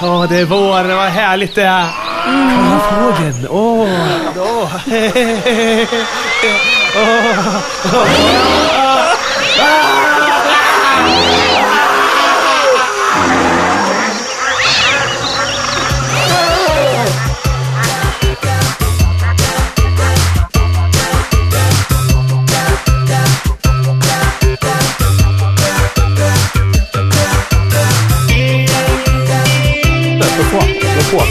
Åh, det är vår, vad härligt det är. Kolla fågeln. På.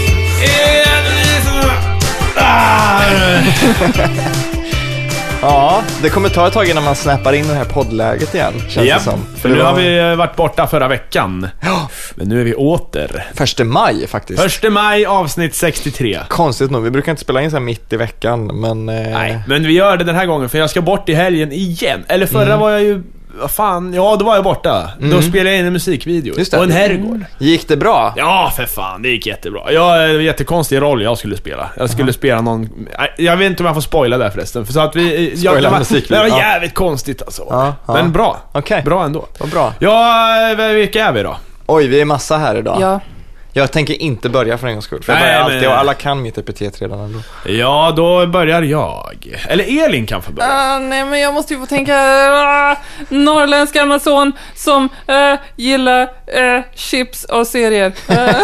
Ja, det kommer ta ett tag innan man snappar in det här poddläget igen, känns det som. För nu har vi varit borta förra veckan. Men nu är vi åter. 1 maj faktiskt. 1 maj, avsnitt 63. Konstigt nog, vi brukar inte spela in så här mitt i veckan, men... Nej, men vi gör det den här gången, för jag ska bort i helgen igen. Eller förra var jag ju... Vad fan, ja då var jag borta. Då spelade jag in en musikvideo och en herrgård. Gick det bra? Ja, för fan, det gick jättebra. Jag är en jättekonstig roll jag skulle spela. Jag skulle spela någon... Jag vet inte om jag får spoila där förresten, för så att vi... Det var jävligt konstigt alltså. Men bra. Okay. Bra ändå. Vad bra. Ja, vilka är vi då? Oj, vi är massa här idag. Ja. Jag tänker inte börja för en gångs skull, för jag börjar alltid och alla kan mitt epitet redan ändå. Ja, då börjar jag. Eller Elin kan få börja. Nej, men jag måste ju få tänka norrländska amazon som gillar chips och serier.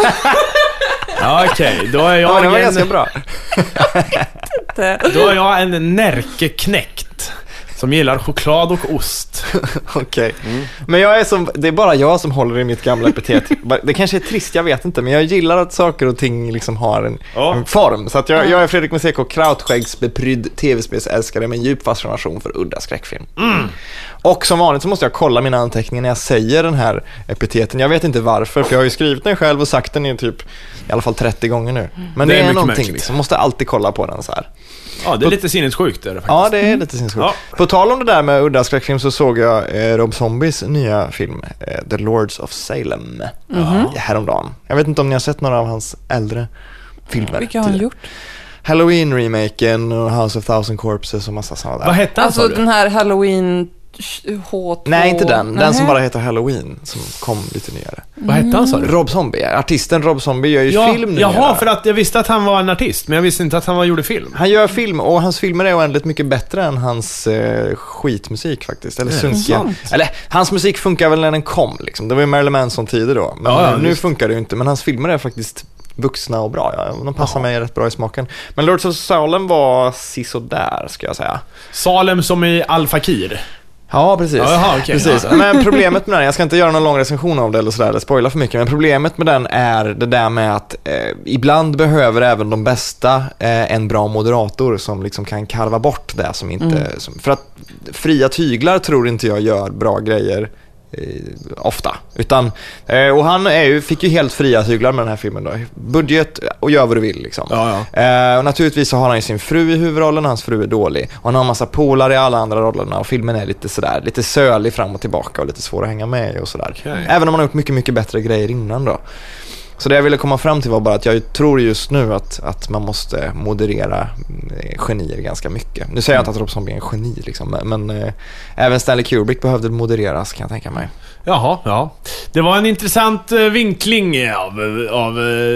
Ja, okej. Då är jag det var ganska bra. Då är jag en närkeknäckt som gillar choklad och ost. Okej. Men det är bara jag som håller i mitt gamla epitet. Det kanske är trist, jag vet inte, men jag gillar att saker och ting liksom har en form. Så att jag är Fredrik Museko, krautskäggsbeprydd tv-spelsälskare med en djup fascination för udda skräckfilm. Och som vanligt så måste jag kolla mina anteckningar när jag säger den här epiteten. Jag vet inte varför, för jag har ju skrivit den själv och sagt den i typ i alla fall 30 gånger nu. Men det är någonting liksom, måste alltid kolla på den så här. Ja, det är lite sinnessjukt är det faktiskt. Ja, det är lite sinnessjukt. På tal om det där med udda skräckfilm så såg jag Rob Zombies nya film The Lords of Salem häromdagen. Jag vet inte om ni har sett några av hans äldre filmer. Vilka har han gjort? Halloween-remaken och House of Thousand Corpses och massa sådana där. Vad hette han, alltså den här Halloween H2... Nej, inte den. Den som bara heter Halloween, som kom lite nyare. Vad hette han, sa du? Rob Zombie. Artisten Rob Zombie gör ju film nu. Jaha, för att jag visste att han var en artist, men jag visste inte att han gjorde film. Han gör film, och hans filmer är oändligt mycket bättre än hans skitmusik faktiskt. Eller sunkiga. Eller, hans musik funkar väl när den kom liksom. Det var ju Marilyn Manson-tider då. Men nu funkar det ju inte. Men hans filmer är faktiskt vuxna och bra. Ja. De passar mig rätt bra i smaken. Men Lords of Salem var sisådär, ska jag säga. Salem som i Al-Fakir. Ja, precis. Jaha, okay. Precis. Men problemet med den, jag ska inte göra någon lång recension av det eller sådär, eller spoila för mycket, men problemet med den är det där med att ibland behöver även de bästa en bra moderator som liksom kan karva bort det som inte... för att fria tyglar tror inte jag gör bra grejer ofta, utan och han fick ju helt fria tyglar med den här filmen då. Budget och gör vad du vill liksom. Och naturligtvis så har han ju sin fru i huvudrollen, hans fru är dålig, och han har en massa polare i alla andra rollerna, och filmen är lite sådär, lite sölig fram och tillbaka och lite svår att hänga med i och sådär. Även om man har gjort mycket, mycket bättre grejer innan då. Så det jag ville komma fram till var bara att jag tror just nu att man måste moderera genier ganska mycket. Nu säger jag inte att Rob Zombie är en geni liksom, men även Stanley Kubrick behövde modereras, kan jag tänka mig. Jaha, ja. Det var en intressant vinkling av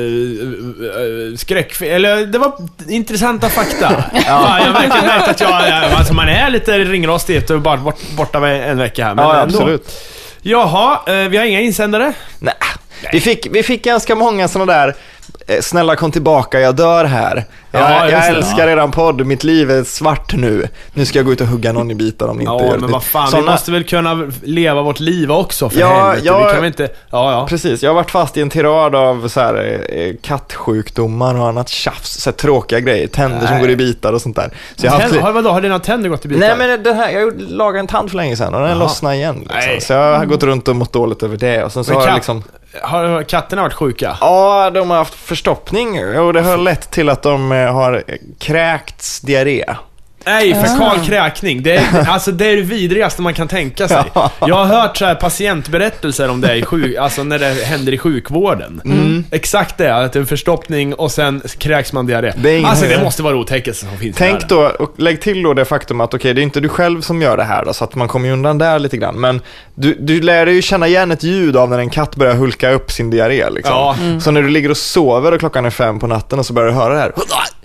skräckfilm. Eller det var intressanta fakta. Jag har verkligen märkt att alltså man är lite ringrostigt och bara borta en vecka här. Men absolut. Jaha, vi har inga insändare? Nej. Vi fick ganska många sådana där snälla kom tillbaka, jag dör här. Jag älskar redan podd, mitt liv är svart nu. Nu ska jag gå ut och hugga någon i bitar om ni inte gör det. Men vad fan, vi måste väl kunna leva vårt liv också för helvete. Vi kan väl inte... Precis, jag har varit fast i en tirad av så här, kattsjukdomar och annat tjafs, så här, tråkiga grejer, tänder som går i bitar och sånt där. Så har dina tänder gått i bitar? Nej, men jag lagade en tand för länge sedan och den lossnade igen liksom. Så jag har gått runt och mått dåligt över det. Och sen så har jag liksom... Har katterna varit sjuka? Ja, de har haft förstoppning och det har lett till att de har kräkts diarré. Nej, fekal kräkning. Det är det vidrigaste man kan tänka sig. Jag har hört så här patientberättelser om det alltså när det händer i sjukvården. Exakt det, att en förstoppning och sen kräks man diarré. Det måste vara otäckelse som finns. Tänk då, och lägg till då det faktum att det är inte du själv som gör det här då, så att man kommer ju undan där lite grann. Men du lär dig ju känna igen ett ljud av när en katt börjar hulka upp sin diarré liksom. Ja. Så när du ligger och sover och klockan är 5 på natten och så börjar du höra det här.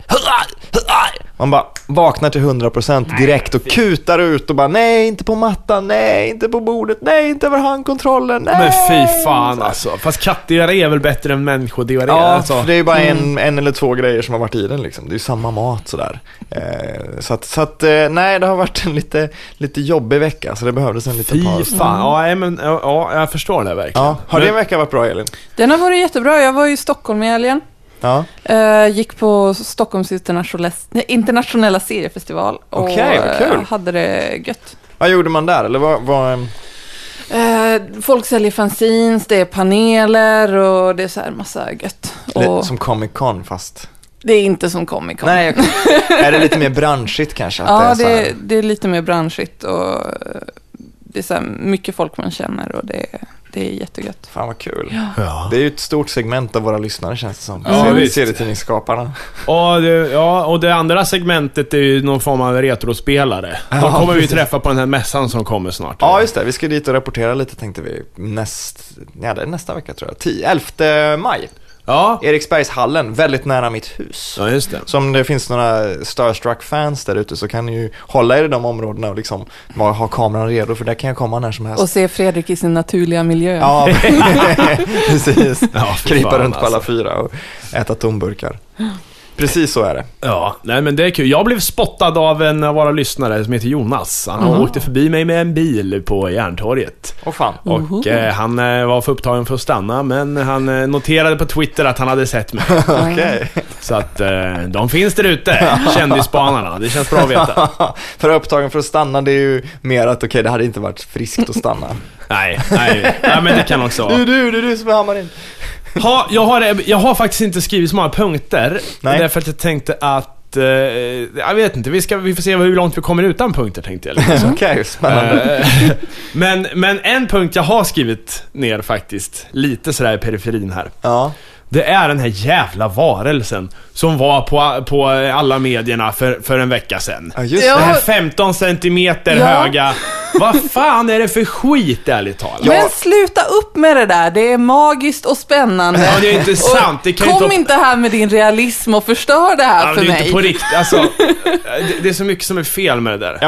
Man bara vaknar till 100% direkt och kutar ut och bara nej, inte på mattan, nej, inte på bordet, nej, inte över handkontrollen, nej. Men fy fan alltså. Fast kattdiarré är väl bättre än människodiarré. Ja, alltså. det är ju bara en eller två grejer som har varit i den liksom. Det är ju samma mat sådär. Så att nej, det har varit en lite jobbig vecka, så det behövdes en liten paus. Fy fan, ja, jag förstår det verkligen. Ja. Har din vecka varit bra, Elin? Den har varit jättebra, jag var i Stockholm i helgen. Ja. Gick på Stockholms internationella seriefestival. Okej, vad kul. Hade det gött. Vad gjorde man där? Eller vad... Folk säljer fanzines, det är paneler och det är så här massa gött. Och... Som Comic Con fast... Det är inte som Comic Con. Nej, är det lite mer branschigt kanske? Att det är lite mer branschigt och det är så här mycket folk man känner och det är jättegött. Fan vad kul. Ja. Det är ju ett stort segment av våra lyssnare känns det som. Serietidningsskaparna. Och det andra segmentet är ju någon form av retrospelare. De kommer vi träffa på den här mässan som kommer snart. Ja, just det. Vi ska dit och rapportera lite tänkte vi. Det är nästa vecka tror jag. 11 maj. Ja. Eriksbergshallen, väldigt nära mitt hus. Ja, just det. Så om det finns några Starstruck-fans där ute så kan ni ju hålla er i de områdena och liksom ha kameran redo, för där kan jag komma när som helst. Och se Fredrik i sin naturliga miljö. Ja, precis. Ja, krypa runt på alla fyra och äta tomburkar. Precis så är det. Ja, nej men det är kul. Jag blev spottad av en av våra lyssnare som heter Jonas. Han åkte förbi mig med en bil på Järntorget. Fan. Och han var för upptagen för att stanna, men han noterade på Twitter att han hade sett mig. Okej. Så att de finns där ute, kändisspanarna. Det känns bra att veta. För upptagen för att stanna, det är ju mer att det hade inte varit friskt att stanna. Nej, men det kan också vara. Du som är Hammarin. Jag har faktiskt inte skrivit så många punkter. Nej. Därför att jag tänkte att jag vet inte, vi får se hur långt vi kommer utan punkter, tänkte jag. Okej, spännande. Men en punkt jag har skrivit ner faktiskt, lite sådär i periferin här. Ja. Det är den här jävla varelsen som var på alla medierna för en vecka sedan. Ja, just det här 15 centimeter höga. Vad fan är det för skit, ärligt talat? Men sluta upp med det där. Det är magiskt och spännande. Ja, det är inte sant. Det kan kom inte här med din realism och förstör det här för det är mig. Inte på riktigt. Alltså, det är så mycket som är fel med det där.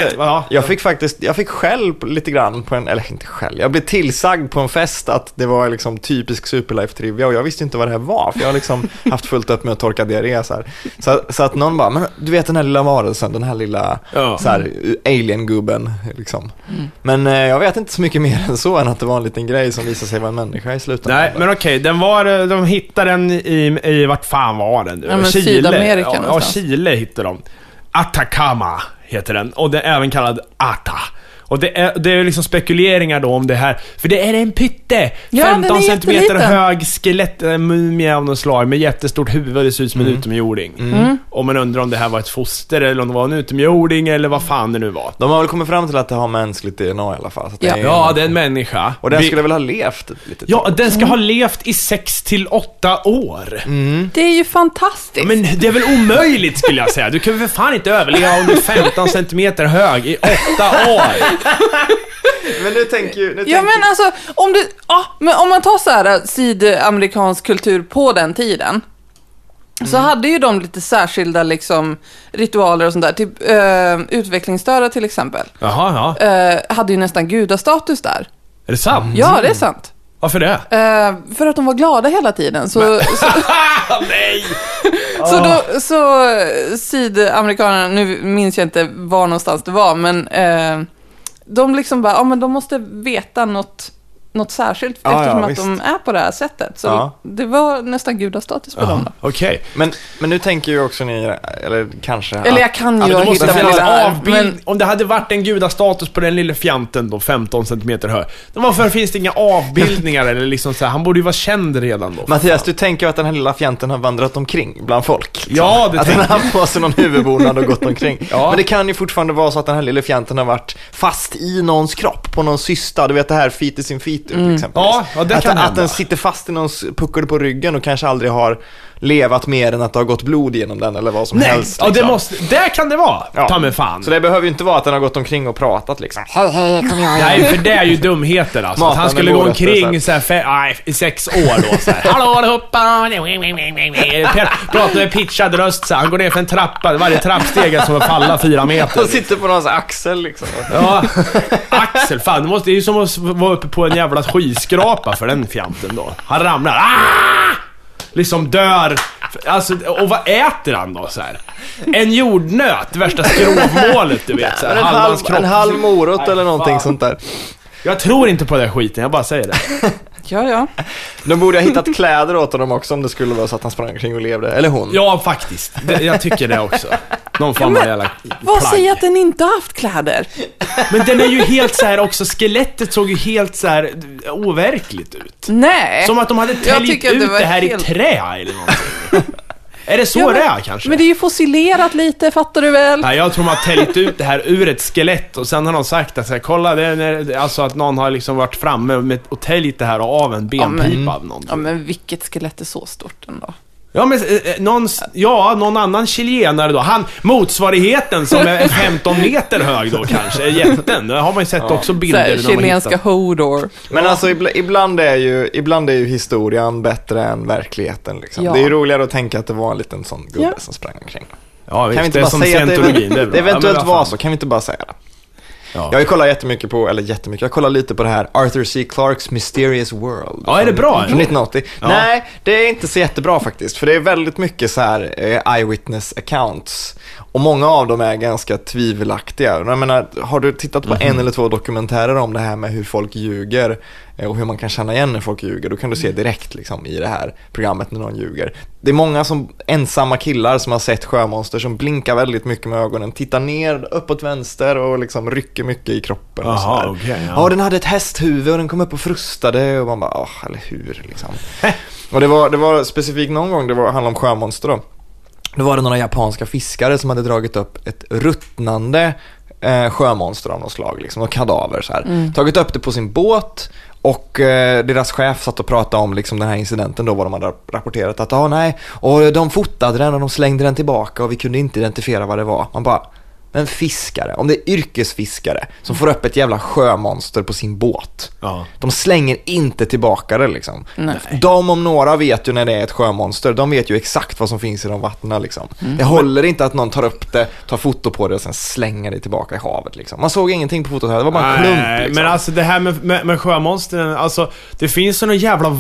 Jag fick själv lite grann på eller inte själv. Jag blev tillsagd på en fest att det var liksom typisk Superlife-trivia och jag visste inte vad det här var, för jag har liksom haft fullt upp med att torka diarré så här. Så att någon bara, men du vet den här lilla varelsen, den här lilla så här alien-gubben liksom. Men jag vet inte så mycket mer än så, än att det var en liten grej som visade sig vara en människa i slutändan. Nej, men okej, de hittade den i vart fan var den? Ja, men Chile. Sydamerika ja, Chile hittade de. Atacama heter den, och det är även kallad Ata. Och det är liksom spekuleringar då om det här. För det är en pytte 15 centimeter hög skelett, mumie av något slag med jättestort huvud. Det ser ut som en utomjording. Och man undrar om det här var ett foster eller om det var en utomjording eller vad fan det nu var. De har väl kommit fram till att det har mänskligt DNA i alla fall. Så det är en människa. Och den skulle väl ha levt lite. Ja, den ska ha levt i 6 till 8 år. Det är ju fantastiskt. Men det är väl omöjligt, skulle jag säga. Du kan väl för fan inte överleva om du är 15 centimeter hög i 8 år. Men du tänker men alltså om man tar så här sydamerikansk kultur på den tiden, så hade ju de lite särskilda liksom ritualer och sånt där, typ utvecklingsstörda till exempel. Jaha, hade ju nästan gudastatus där. Är det sant? Ja, det är sant. Varför det? För att de var glada hela tiden. Så nej! Så sydamerikanerna, nu minns jag inte var någonstans det var, men de liksom bara, men de måste veta något något särskilt eftersom att de är på det här sättet. Så det var nästan gudastatus på dem då. Okej. Men nu tänker ju också ni, eller kanske... Eller jag kan ju hitta på det här. Om det hade varit en gudastatus på den lilla fjanten då, 15 centimeter hög. Varför finns det inga avbildningar eller liksom så här, han borde ju vara känd redan då. Mattias, du tänker att den här lilla fjanten har vandrat omkring bland folk. Liksom. Ja, det att den har på sig någon huvudbonad och gått omkring. Men det kan ju fortfarande vara så att den här lilla fjanten har varit fast i någons kropp, på någon cysta. Du vet det här fetus in fetus till exempel. Ja, det kan att den sitter fast i någons puckel på ryggen och kanske aldrig har levat mer än att det har gått blod genom den eller vad som helst. Liksom. Ja, det kan det vara. Ta mig fan. Så det behöver ju inte vara att den har gått omkring och pratat liksom. Hej, kom jag. Nej, för det är ju dumheter alltså. Att han skulle gå omkring så här, i 6 år då så här. Hallå allihopa. Pratar med pitchad röst så här. Han går ner för en trappa. Varje trappsteg är som att falla 4 meter. Och sitter på någons axel liksom. Ja, axel. Fan, det är ju som att vara uppe på en jävla skyskrapa för den fjanten då. Han ramlar. Liksom dör. Alltså, och vad äter han då så här? En jordnöt, värsta skrovmålet du vet så här, en halv morot eller någonting sånt där. Jag tror inte på den skiten, jag bara säger det. Ja. De borde ha hittat kläder åt honom också om det skulle vara så att han sprang omkring och levde. Eller hon. Ja, faktiskt. Jag tycker det också. Någon form av jävla vad säger att den inte har haft kläder? Men den är ju helt så här också, skelettet såg ju helt så här overkligt ut. Nej. Som att de hade täljt ut det här i trä eller någonting. Är det så det är kanske? Men det är ju fossilerat lite, fattar du väl? Nej, jag tror man har täljt ut det här ur ett skelett och sen har någon sagt att så här, kolla, alltså att någon har liksom varit framme med, och täljt det här av en benpipa av någonting. Ja, men vilket skelett är så stort ändå? Ja, men någon annan chilenare då. Han, motsvarigheten som är 15 meter hög då kanske, är jätten. Det har man ju sett också bilder. Så chilenska Hodor. Men alltså ibland är ju historien bättre än verkligheten liksom. Ja. Det är ju roligare att tänka att det var en liten sån gubbe som sprang omkring. Ja, visst, kan vi inte det bara som säga att det eventuellt var så, kan vi inte bara säga det? Ja. Jag har ju kollat jag kollar lite på det här Arthur C. Clarke's Mysterious World. Ja, är det bra? Från 1980. Ja. Nej, det är inte så jättebra faktiskt. För det är väldigt mycket så här eyewitness accounts. Och många av dem är ganska tvivelaktiga. Jag menar, har du tittat på en eller 2 dokumentärer om det här med hur folk ljuger och hur man kan känna igen när folk ljuger, då kan du se direkt liksom, i det här programmet när någon ljuger. Det är många ensamma killar som har sett sjömonster som blinkar väldigt mycket med ögonen, tittar ner uppåt vänster och liksom rycker mycket i kroppen. Aha, och okay, ja, den hade ett hästhuvud och den kom upp och frustade och man bara, eller hur liksom. Och det var specifikt någon gång, det handlade om sjömonster då. Då var det några japanska fiskare som hade dragit upp ett ruttnande sjömonster av något slag, liksom, och kadaver så här. Tagit upp det på sin båt och deras chef satt och pratade om liksom, den här incidenten då, vad de hade rapporterat att och de fotade den och de slängde den tillbaka och vi kunde inte identifiera vad det var. Man bara, men fiskare, om det är yrkesfiskare som får upp ett jävla sjömonster på sin båt, de slänger inte tillbaka det liksom. De om några vet ju när det är ett sjömonster, de vet ju exakt vad som finns i de vattnen liksom. Det håller inte att någon tar upp det, tar foto på det och sen slänger det tillbaka i havet liksom. Man såg ingenting på fotot här, det var bara en klump liksom. Men alltså det här med sjömonstren, alltså det finns såna jävla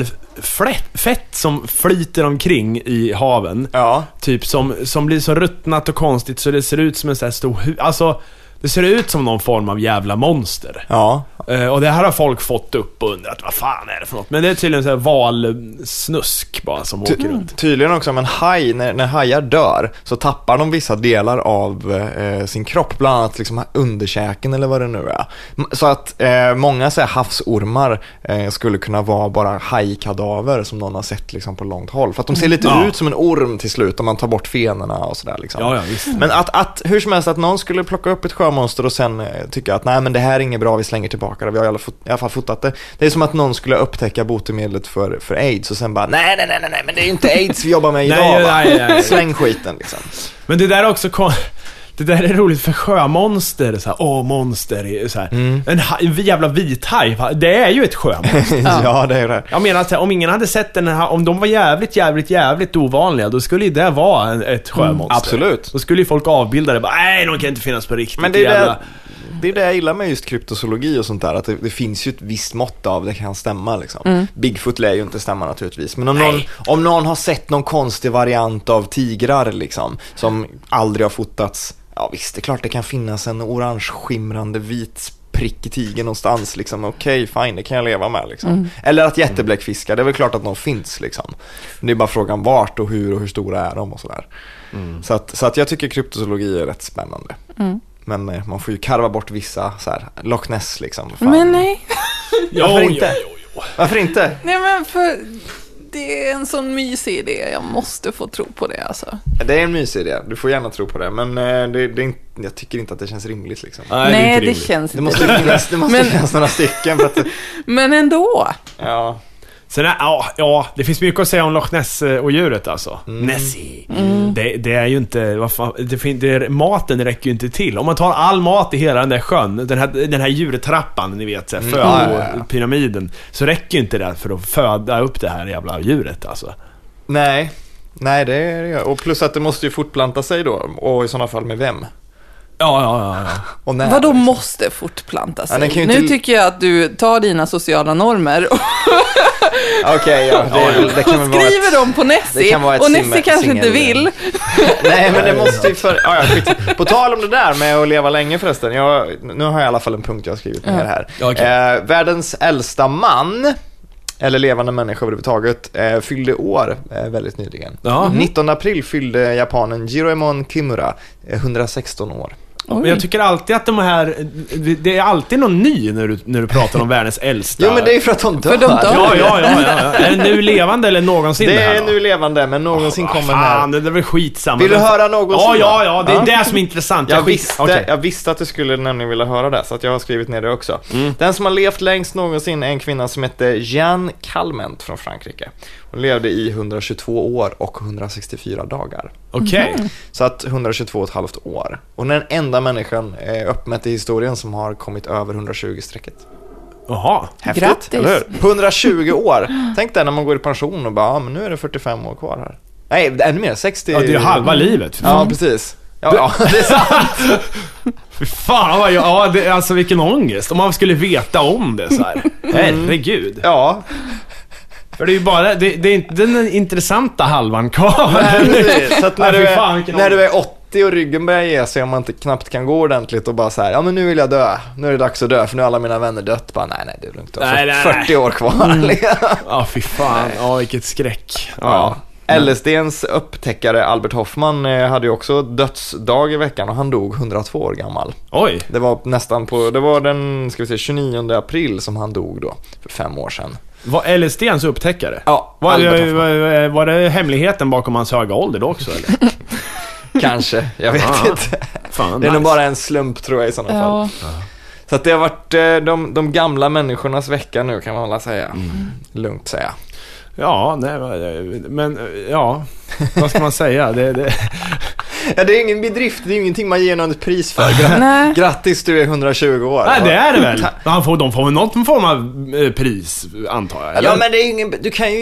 valfett som flyter omkring i haven. Typ som blir så ruttnat och konstigt så det ser ut som en sån här stor alltså det ser ut som någon form av jävla monster. Och det här har folk fått upp och undrat, vad fan är det för något? Men det är tydligen så här valsnusk bara som åker runt. Tydligen också, men haj, när hajar dör så tappar de vissa delar av sin kropp, bland annat liksom underkäken eller vad det nu är. Så att många så här havsormar skulle kunna vara bara hajkadaver som någon har sett liksom på långt håll. För att de ser lite ut som en orm till slut om man tar bort fenorna och sådär liksom. Men att hur som helst att någon skulle plocka upp ett sjömonster och sen tycka att nej, men det här är inget bra, vi slänger tillbaka det. Vi har i alla fall fotat det. Det är som att någon skulle upptäcka botemedlet för AIDS och sen bara nej, men det är ju inte AIDS vi jobbar med idag. Nej. Släng skiten liksom. Men det där är också det där är roligt för sjömonster så här, monster så här. En jävla vithaj, det är ju ett sjömonster. Ja, det är det. Jag menar att om ingen hade sett den här, om de var jävligt ovanliga, då skulle det vara ett sjömonster. Absolut. Då skulle ju folk avbilda det bara, nej, de kan inte finnas på riktigt. Men det är det jag gillar med just kryptozoologi och sånt där, att det finns ju ett visst mått av det kan stämma liksom. Bigfoot lär ju inte stämma naturligtvis, men om någon har sett någon konstig variant av tigrar liksom, som aldrig har fotats, ja visst, det är klart det kan finnas en orange skimrande vit prick i tigen någonstans liksom. Okej, fine, det kan jag leva med liksom. Eller att jättebläckfiskar, det är väl klart att de finns liksom. Det är bara frågan vart och hur stora är de och sådär. Så att jag tycker kryptozoologi är rätt spännande. Men man får ju karva bort vissa så här, Loch Ness liksom. Fan. Men nej. Varför inte? Varför inte? Nej, men för det är en sån mysig idé. Jag måste få tro på det alltså. Det är en mysig idé. Du får gärna tro på det. Men jag tycker inte att det känns rimligt liksom. Nej, det känns det måste finnas några stycken för att Men ändå. Ja. Sen det finns mycket att säga om Loch Ness och djuret alltså. Nessie. Det är ju inte maten räcker ju inte till. Om man tar all mat i hela den där sjön, den här djurtrappan, ni vet, pyramiden, så räcker ju inte det för att föda upp det här jävla djuret alltså. Nej, det är det. Och plus att det måste ju fortplanta sig då, och i sådana fall med vem? Ja. Och när, vadå liksom? Måste fortplanta sig? Ja, nu tycker jag att du tar dina sociala normer och Okej, det kan väl skriver dem på Nessie, och Nessie kanske inte vill. Nej, men det måste ju på tal om det där med att leva länge förresten. Nu har jag i alla fall en punkt jag har skrivit ner här. Okay. Världens äldsta man, eller levande människa överhuvudtaget, fyllde år väldigt nyligen. 19 april fyllde japanen Jiroemon Kimura 116 år. Men jag tycker alltid att de här, det är alltid någon ny när du pratar om världens äldsta. Jo, men det är för att de dör. Ja. Är det nu levande eller någonsin det här är då? Nu levande, men någonsin kommer här. Det är väl skitsamma. Vill du höra någonsin? Ja, det är det som är intressant. Jag visste att du skulle nämligen vilja höra det, så att jag har skrivit ner det också. Den som har levt längst någonsin är en kvinna som heter Jeanne Calment från Frankrike. Hon levde i 122 år och 164 dagar. Okej. Så att 122,5 år. Och hon är den enda människan uppmätt i historien som har kommit över 120-strecket. Jaha. Häftigt, grattis. eller hur? På 120 år. Tänk dig när man går i pension och bara, men nu är det 45 år kvar här. Nej, ännu mer, 60. Ja, det är halva livet. Ja, precis. Ja, det är sant. Fy fan, alltså vilken ångest. Om man skulle veta om det så här. Herregud. Ja. För det är ju bara det är inte den intressanta halvan kvar. Så att när du är 80 och ryggen börjar ge sig, om man inte knappt kan gå ordentligt och bara så här, ja men nu vill jag dö. Nu är det dags att dö, för nu är alla mina vänner dött. Bara nej, det är lugnt. 40 år kvar. Ja, fy fan. Ja, vilket skräck. Ja. LSD:s upptäckare Albert Hoffman hade ju också dödsdag i veckan, och han dog 102 år gammal. Oj. Det var den 29 april som han dog då, för 5 år sedan. Var LSD:s upptäckare? Ja. Var det hemligheten bakom hans höga ålder då också, eller? Kanske, jag vet inte. Fan, det är nog bara en slump, tror jag, i sådana fall. Så att det har varit de gamla människornas vecka nu, kan man väl säga. Lugnt säga. Ja, nej, men ja, vad ska man säga? Ja, det är ingen bedrift, det är ingenting man ger något pris för. Grattis, du är 120 år. Nej, det är det väl. De får väl någon form av pris, antar jag. Eller? Ja, men det är ingen,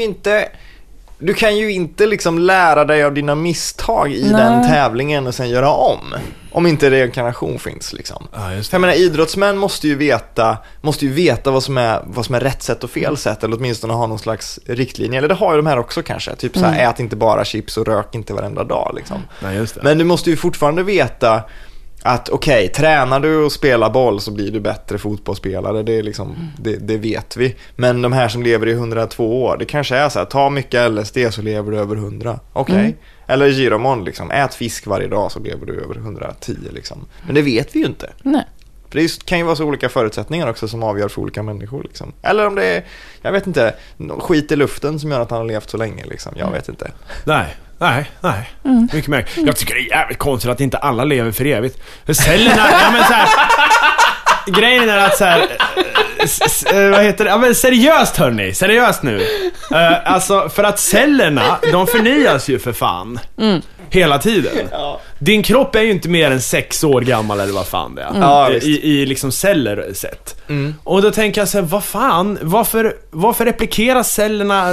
du kan ju inte liksom lära dig av dina misstag i den tävlingen och sen göra om inte reinkarnation finns liksom. Ja, just det. Jag menar, idrottsmän måste ju veta vad som är rätt sätt och fel sätt, eller åtminstone ha någon slags riktlinje. Eller det har ju de här också kanske. Typ så här, ät inte bara chips och rök inte varenda dag liksom. Ja, just det. Men du måste ju fortfarande veta att okej, tränar du och spelar boll så blir du bättre fotbollsspelare. Det är liksom, det vet vi. Men de här som lever i 102 år, det kanske är så här, ta mycket LSD så lever du över 100. Okej. Eller Giromon liksom, ät fisk varje dag så lever du över 110 liksom. Men det vet vi ju inte. Nej. För det kan ju vara så olika förutsättningar också som avgör för olika människor liksom. Eller om det är, jag vet inte, skit i luften som gör att han har levt så länge liksom. Jag vet inte. Nej. Mycket mer. Jag tycker det är jävligt konstigt att inte alla lever för evigt. För cellerna, så här, grejen är att så här, vad heter det? Ja, men seriöst hörni, seriöst nu. Alltså, för att cellerna, de förnyas ju för fan. Hela tiden. Din kropp är ju inte mer än 6 år gammal eller vad fan det är. I liksom celler sett. Och då tänker jag så här, vad fan, varför replikeras cellerna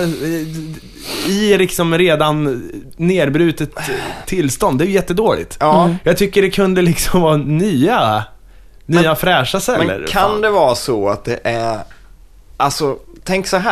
i liksom redan nerbrutet tillstånd? Det är ju jättedåligt. Jag tycker det kunde liksom vara nya fräscha celler. Men kan det vara så att det är, alltså tänk så här,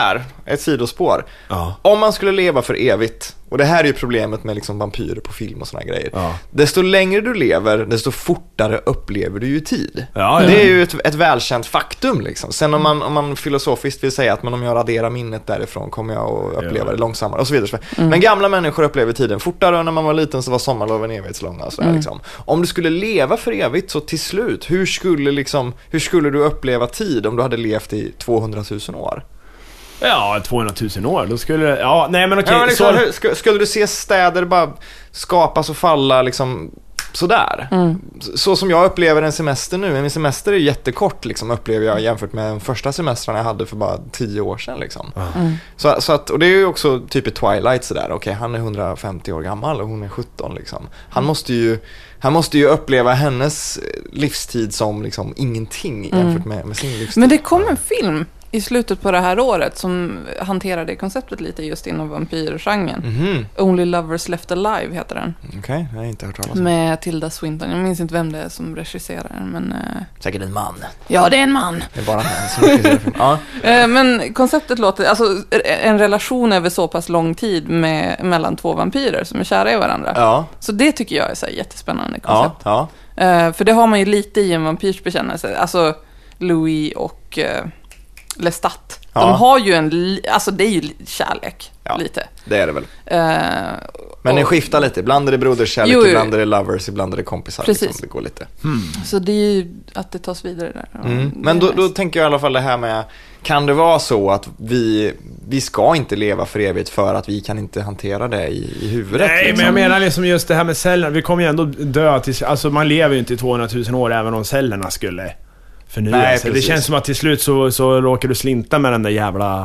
ett sidospår. Om man skulle leva för evigt, och det här är ju problemet med liksom vampyrer på film och såna grejer. Desto längre du lever, desto fortare upplever du ju tid. Det är ju ett välkänt faktum liksom. Sen om man filosofiskt vill säga att om jag raderar minnet därifrån kommer jag att uppleva det långsammare och så vidare. Men gamla människor upplever tiden fortare, och när man var liten så var sommarloven evighetslånga och sådär liksom. Om du skulle leva för evigt, så till slut, hur skulle du uppleva tid om du hade levt i 200 000 år? Ja, 200 000 år, då skulle... Ja, nej men okej. Skulle du se städer bara skapas och falla liksom sådär? Så som jag upplever en semester nu. Min semester är jättekort liksom, upplever jag, jämfört med den första semestern jag hade för bara 10 år sedan liksom. Så att, och det är ju också typ i Twilight sådär. Okej, han är 150 år gammal och hon är 17 liksom. Han måste ju uppleva hennes livstid som liksom ingenting jämfört med sin livstid. Men det kom en film i slutet på det här året som hanterar det konceptet lite just inom vampyrgenren. Only Lovers Left Alive heter den. Okej, jag har inte hört talas om. Med Tilda Swinton. Jag minns inte vem det är som regisserar den, men... Säkert en man. Ja, det är en man. Det är bara en som regisserar film. Ja. Men konceptet låter... Alltså, en relation över så pass lång tid mellan två vampyrer som är kära i varandra. Ja. Så det tycker jag är så här jättespännande koncept. Ja. För det har man ju lite i en vampyrsbekännelse. Alltså, Louis och... Lestat. De har ju alltså det är ju kärlek lite. Det är det väl. Men den skiftar lite. Ibland är det broderskärlek, ibland är det lovers, ibland är det kompisar. Precis. Liksom. Det går lite. Så det är ju att det tas vidare där. Men då tänker jag i alla fall det här med, kan det vara så att vi ska inte leva för evigt för att vi kan inte hantera det i huvudet? Nej, liksom. Men jag menar liksom just det här med cellerna. Vi kommer ju ändå dö till, alltså man lever ju inte i 200 000 år även om cellerna skulle förnyas. Det känns som att till slut så råkar du slinta med den där jävla...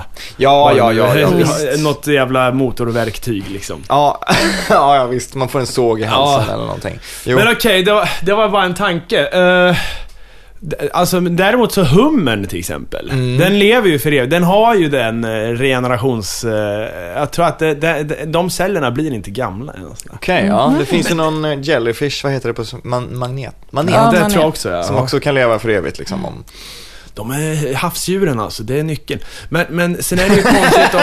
något jävla motorverktyg liksom. Ja, visst. Man får en såg i halsen eller någonting. Jo. Men okej, det var bara en tanke. Alltså, däremot så hummern till exempel, den lever ju för evigt. Den har ju den regenerations... jag tror att de cellerna blir inte gamla. Okej, det finns ju någon jellyfish, vad heter det på magnet? Ja, det tror jag också, som också kan leva för evigt liksom. De är havsdjuren alltså, det är nyckeln. Men sen är det ju konstigt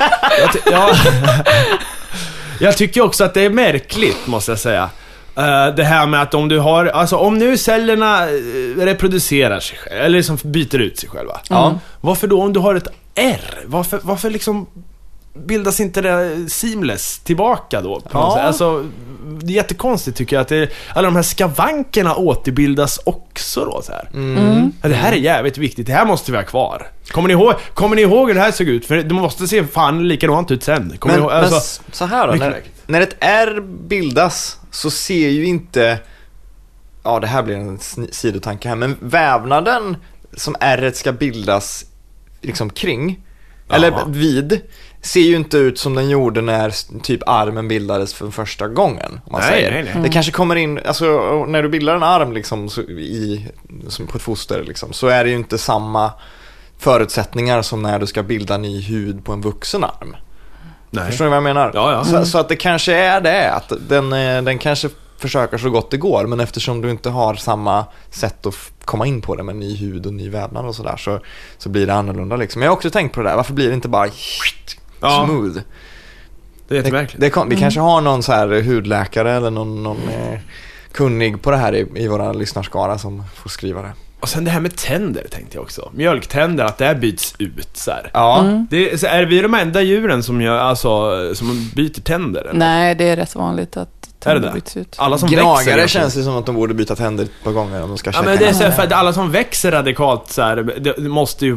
jag tycker också att det är märkligt, måste jag säga. Det här med att om du har, alltså om nu cellerna reproducerar sig själva, eller liksom byter ut sig själva. Varför då, om du har ett R, varför liksom bildas inte det seamless tillbaka då? Alltså, det är jättekonstigt tycker jag att alla de här skavankerna återbildas också då så här. Det här är jävligt viktigt. Det här måste vi ha kvar. Kommer ni ihåg hur det här såg ut? För det måste se fan likadant ut sen. Men så här då, när ett R bildas så ser ju inte... Ja, det här blir en sidotanke här. Men vävnaden som R ska bildas liksom kring, eller vid, ser ju inte ut som den gjorde när typ armen bildades för första gången, om man säger. Nej. Det kanske kommer in, alltså när du bildar en arm liksom som på ett foster liksom, så är det ju inte samma förutsättningar som när du ska bilda ny hud på en vuxen arm. Nej. Förstår ni vad jag menar? Ja. Så att det kanske är det, att den kanske försöker så gott det går, men eftersom du inte har samma sätt att komma in på det med ny hud och ny vävnad och sådär, så blir det annorlunda liksom. Jag har också tänkt på det där, varför blir det inte bara smooth? Det är jätteverkligt. Vi kanske har någon så här hudläkare eller någon kunnig på det här i våra lyssnarskara som får skriva det. Och sen det här med tänder tänkte jag också. Mjölktänder, att det här byts ut så här. Är vi de enda djuren som som byter tänder? Eller? Nej, det är rätt vanligt att tänder byts ut. Alla som gnagare växer, känns det som att de borde byta tänder på gånger om de ska käka. Men det är så här, för att alla som växer radikalt så här, det måste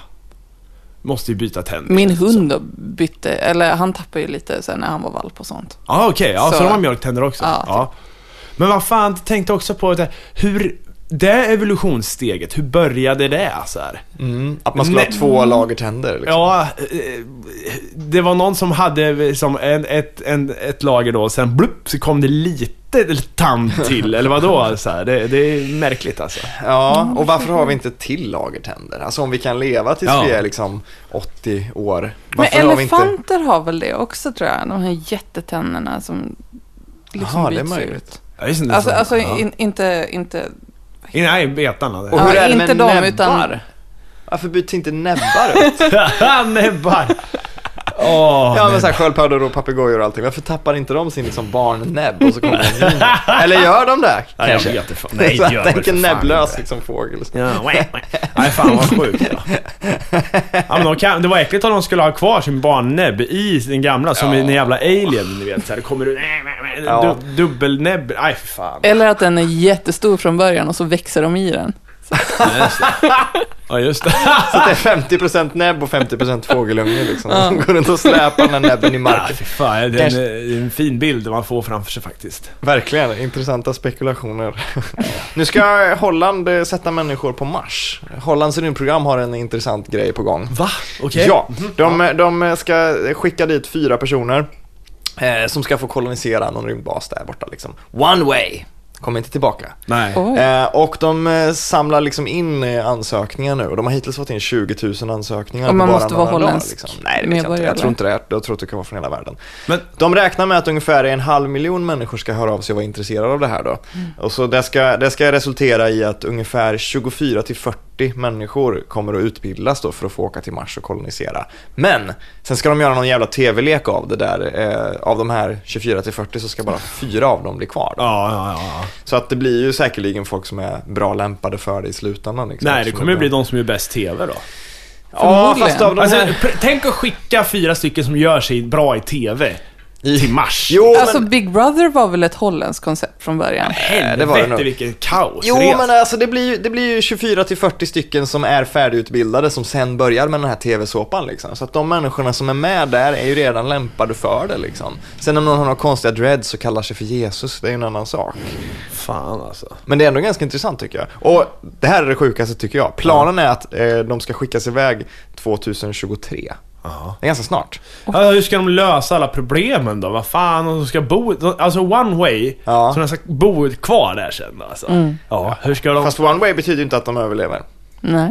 ju byta tänder. Min hund bytte, eller han tappade ju lite sen när han var valp och sånt. Okej. Så de har mjölktänder också. Ja. Men vad fan, tänkte också på det, hur det evolutionssteget, hur började det så här? Att man skulle ha 2 lager tänder liksom. Ja, det var någon som hade som ett lager då, sen blupp, så kom det lite tand till, eller vadå så här. Det är märkligt alltså. Ja, och varför har vi inte till lager tänder? Alltså om vi kan leva tills vi är liksom 80 år. Men elefanter har väl det också, tror jag, de här jättetänderna som liksom byts ut. Alltså inte nej, betarna. Och hur är det med näbbar? Varför byts inte näbbar ut? Näbbar. Ja, men så här sköldpaddor och papegojor och allting. Varför tappar inte de sin liksom barnnäbb och så kommer en ny? Eller gör de det? Nej, jag vet inte. Nej, så tänk en näbblös liksom fågel. Ja, nej, fan vad sjukt. Ja, men det var äckligt om de skulle ha kvar sin barnnäbb i den gamla, som i en jävla alien, ni vet. Så här, det kommer ut dubbelnäbb. Nej, för fan. Eller att den är jättestor från början och så växer de i den. Ja, just det. Så det är 50% näbb och 50% fågelunge liksom. De går runt och släpar den här näbben i marken. Ja, fan, det är en fin bild man får framför sig faktiskt. Verkligen, intressanta spekulationer. Nu ska Holland sätta människor på Mars. Hollands rymdprogram har en intressant grej på gång. Va? Okej. Ja, de ska skicka dit 4 personer som ska få kolonisera någon rymdbas där borta liksom. One way. Kommer inte tillbaka. Nej. Och de samlar liksom in ansökningar nu. Och de har hittills fått in 20 000 ansökningar. Och man på bara måste vara holländsk liksom. Nej, det vet jag inte. Jag tror inte det. Jag tror att det kan vara från hela världen. Men de räknar med att ungefär 500 000 människor ska höra av sig och vara intresserade av det här då. Och så det ska resultera i att ungefär 24-40 människor kommer att utbildas då för att få åka till Mars och kolonisera. Men sen ska de göra någon jävla tv-lek av det där. Av de här 24-40 så ska bara 4 av dem bli kvar då. Ja. Så att det blir ju säkerligen folk som är bra lämpade för det i slutändan liksom. Nej, det kommer ju bli de som är bäst tv då. Ja, fast av de tänk att skicka 4 stycken som gör sig bra i tv till Mars. Jo, alltså Big Brother var väl ett holländskt koncept från början. Det var det, vilken kaos. Jo, men alltså det blir ju 24-40 stycken som är färdigutbildade som sen börjar med den här tv-såpan liksom. Så att de människorna som är med där är ju redan lämpade för det liksom. Sen om någon har några konstiga dreads så kallar sig för Jesus, det är ju en annan sak. Fan alltså. Men det är ändå ganska intressant tycker jag. Och det här är det sjukaste tycker jag. Planen är att de ska skickas iväg 2023. Det är ganska snart. Hur ska de lösa alla problemen då? Vad fan, de ska bo... Alltså one way, så de ska bo kvar där sen alltså. Ja, hur ska de... Fast one way betyder ju inte att de överlever. Nej.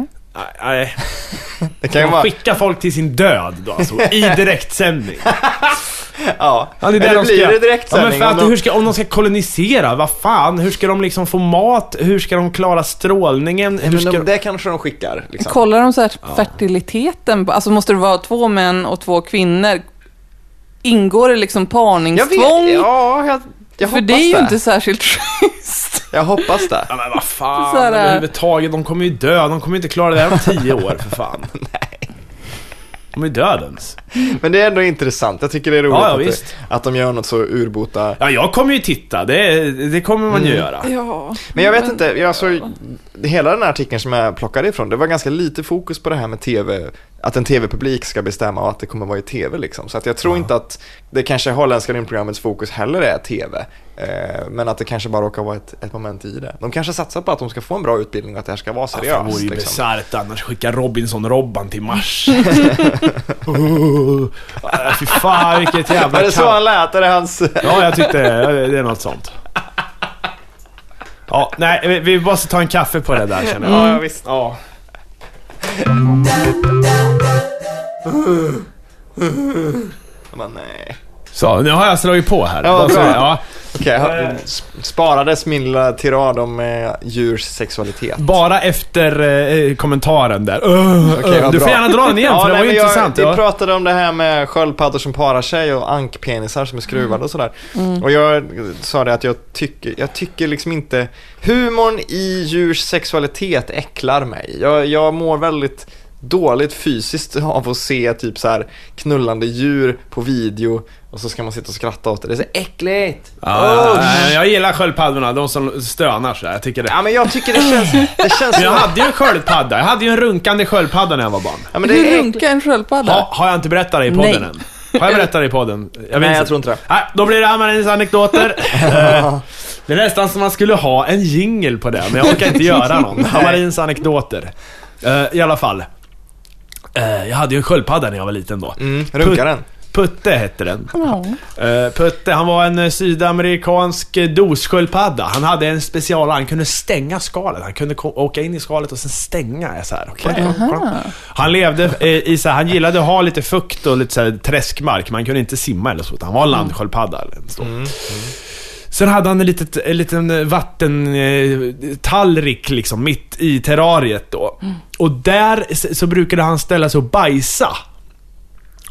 Det kan ju vara... skicka folk till sin död då alltså, i direktsändning. Ja, det blir det direktsändning. Ja, men om de ska kolonisera, vad fan, hur ska de liksom få mat? Hur ska de klara strålningen? Det kanske de skickar liksom. Kollar de så här fertiliteten? Alltså måste det vara 2 män och 2 kvinnor? Ingår det liksom parningstvång? Jag för det är ju inte särskilt schysst. Jag hoppas det. Ja, men vad fan, överhuvudtaget, de kommer ju dö. De kommer inte klara det här om 10 år för fan. Nej. De är dödens. Men det är ändå intressant. Jag tycker det är roligt att de gör något så urbota. Ja, jag kommer ju titta. Det kommer man ju göra. Ja. Men jag vet inte. Hela den här artikeln som jag plockade ifrån, det var ganska lite fokus på det här med tv. Att en tv-publik ska bestämma och att det kommer vara i tv liksom. Så att jag tror inte att det kanske holländska rymdprogrammets fokus heller är tv. Men att det kanske bara råkar vara ett moment i det. De kanske satsar på att de ska få en bra utbildning och att det här ska vara seriöst. Det vore ju besart annars skicka Robinson-Robban till Mars. Fy fan, vilket jävla... Var det så han lät? Är det hans... Ja, jag tyckte det är något sånt. Ja, nej, vi måste ta en kaffe på det där, känner jag. Ja, visst. Ja. Men nej. Så, nu har jag slagit på här. Ja, bra. Ja. Okej, sparades min lilla tirad om djurs sexualitet. Bara efter kommentaren där. Du får gärna dra den igen, för det var ju intressant. Vi pratade om det här med sköldpaddor som parar sig och ankpenisar som är skruvade och sådär. Och jag sa det att jag tycker liksom inte... Humorn i djurs sexualitet äcklar mig. Jag mår väldigt dåligt fysiskt av att se typ så här knullande djur på video och så ska man sitta och skratta åt det. Det är så äckligt. Jag gillar sköldpaddorna, de som stönar så här. Jag tycker det. Ja, men jag tycker det känns jag hade ju en sköldpadda. Jag hade ju en runkande sköldpadda när jag var barn. Ja, men hur runkar en sköldpadda? Har jag inte berättat det i podden än? Har jag berättat det i podden? Jag tror inte det. Nej, då blir det Amarins anekdoter. Det är nästan som man skulle ha en jingle på det, men jag orkar inte göra någon. Amarins anekdoter. I alla fall. Jag hade ju en sköldpadda när jag var liten då. Runkaren. Putte hette den. Putte, han var en sydamerikansk dossköldpadda. Han hade en special, han kunde stänga skalet. Han kunde åka in i skalet och sen stänga så här. Han levde i så här, han gillade att ha lite fukt och lite så här träskmark. Man kunde inte simma eller så. Han var en landsköldpadda eller så. Sen hade han en liten vattentallrik liksom mitt i terrariet då. Och där så brukade han ställa sig och bajsa.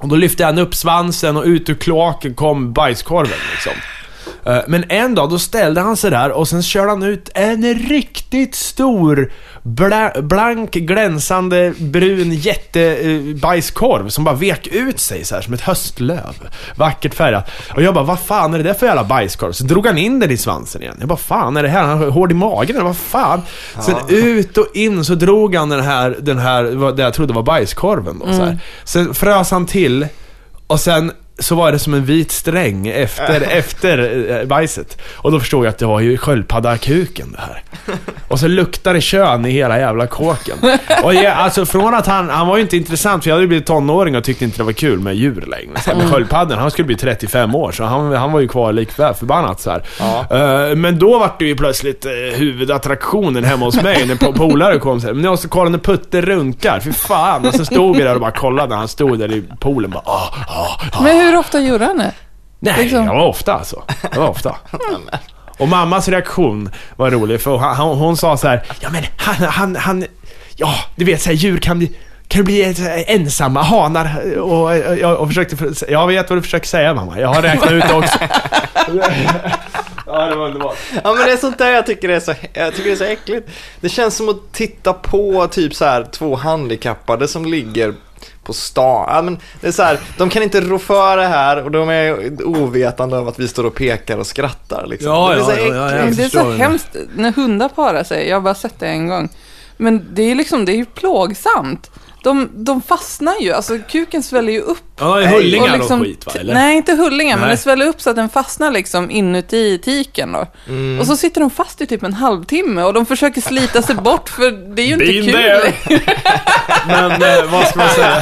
Och då lyfte han upp svansen och ut ur kloaken kom bajskorven liksom. Men en dag då ställde han sig där och sen körde han ut en riktigt stor blank, glänsande, brun jättebajskorv som bara vek ut sig så här som ett höstlöv. Vackert färgat. Och jag bara, vad fan är det där för jävla bajskorv? Så drog han in den i svansen igen. Jag bara, fan är det här? Han har hård i magen eller vad fan? Sen ut och in så drog han den här det jag trodde var bajskorven då, så här. Sen frös han till och sen så var det som en vit sträng efter bajset. Och då förstod jag att det var ju sköldpaddakuken det här. Och så luktade kön i hela jävla kåken. Och alltså från att han var ju inte intressant, för jag hade blivit tonåring och tyckte inte det var kul med djur längre. Så med sköldpadden, han skulle bli 35 år så han var ju kvar likväl förbannat så här. Men då var det ju plötsligt huvudattraktionen hemma hos mig när polare kom så här. Men jag så kollade när Putte runkar, för fan. Och så stod vi där och bara kollade när han stod där i poolen bara, Men hur ofta gjorde han det? Nej, liksom. Jag var ofta alltså. Och mammas reaktion var rolig, för hon sa så här: ja men han ja, du vet så här, djur kan bli ensamma hanar och försökte, jag vet vad du försöker säga mamma. Jag har räknat ut det också. Ja, det var underbart. Ja, men det är sånt där jag tycker det är så äckligt. Det känns som att titta på typ så här 2 handikappade som ligger på stan. Ja, men det är så här, de kan inte rå för det här och de är ovetande av att vi står och pekar och skrattar liksom. Ja, det är så det är så hemskt när hundar parar sig. Jag har bara sett det en gång. Men det är liksom, det är ju plågsamt. De fastnar ju, alltså kuken sväller ju upp. Ja, hullingar och, liksom, och skit va, eller? Nej, inte hullingar, men det sväller upp så att den fastnar liksom inuti tiken då. Och så sitter de fast i typ en halvtimme och de försöker slita sig bort, för det är ju inte kul. Men vad ska man säga?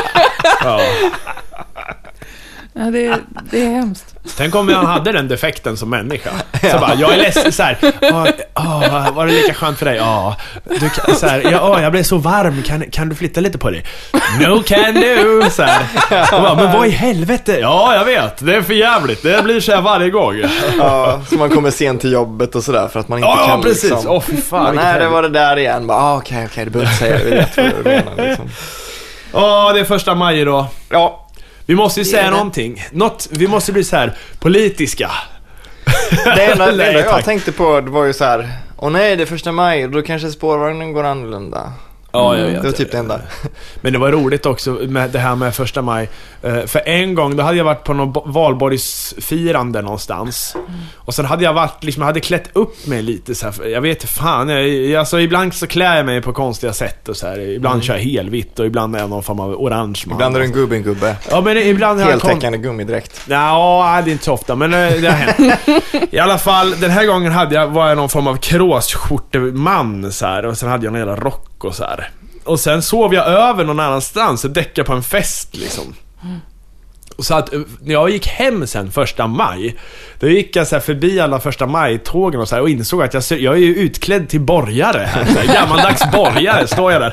Ja, det är hemskt. Tänk om han hade den defekten som människa. Så bara, jag är ledsen så här. Var det lika skönt för dig? Ja. Du kan så här, jag blev så varm. Kan du flytta lite på dig? No can do så här. Bara, men vad i helvete? Ja, jag vet. Det är för jävligt. Det blir så här varje gång. Ja, så man kommer sent till jobbet och så där för att man inte kan. Ja, precis. Liksom. Fy fan. Nej, det var det där igen. Bara, okej, det behöver säga det rätt för det liksom. Det är 1 maj då. Ja. Vi måste ju säga någonting. Vi måste bli så här politiska. Det enda jag tänkte på, det var ju så här: nej, det är 1 maj, då kanske spårvagnen går annorlunda. Ja, jag vet. Det var typ det enda. Men det var roligt också med det här med 1 maj. För en gång, då hade jag varit på någon valborgsfirande någonstans. Och sen hade jag varit, liksom, hade klätt upp mig lite så här. Jag vet fan, alltså ibland så klär jag mig på konstiga sätt och så här. Ibland kör jag helvitt och ibland är jag någon form av orange man. Ibland är det en gubbe. Ja, men ibland heltäckande gummidräkt. Ja, det är inte så ofta, men det har hänt. I alla fall, den här gången var jag någon form av kråsskjorteman så här, och sen hade jag en hela rock och så här. Och sen sov jag över någon annanstans och däckade på en fest liksom. Och så att när jag gick hem sen 1 maj, då gick jag så här förbi alla 1 maj-tågen och så här, och insåg att jag är ju utklädd till borgare. Gammaldags borgare står jag där.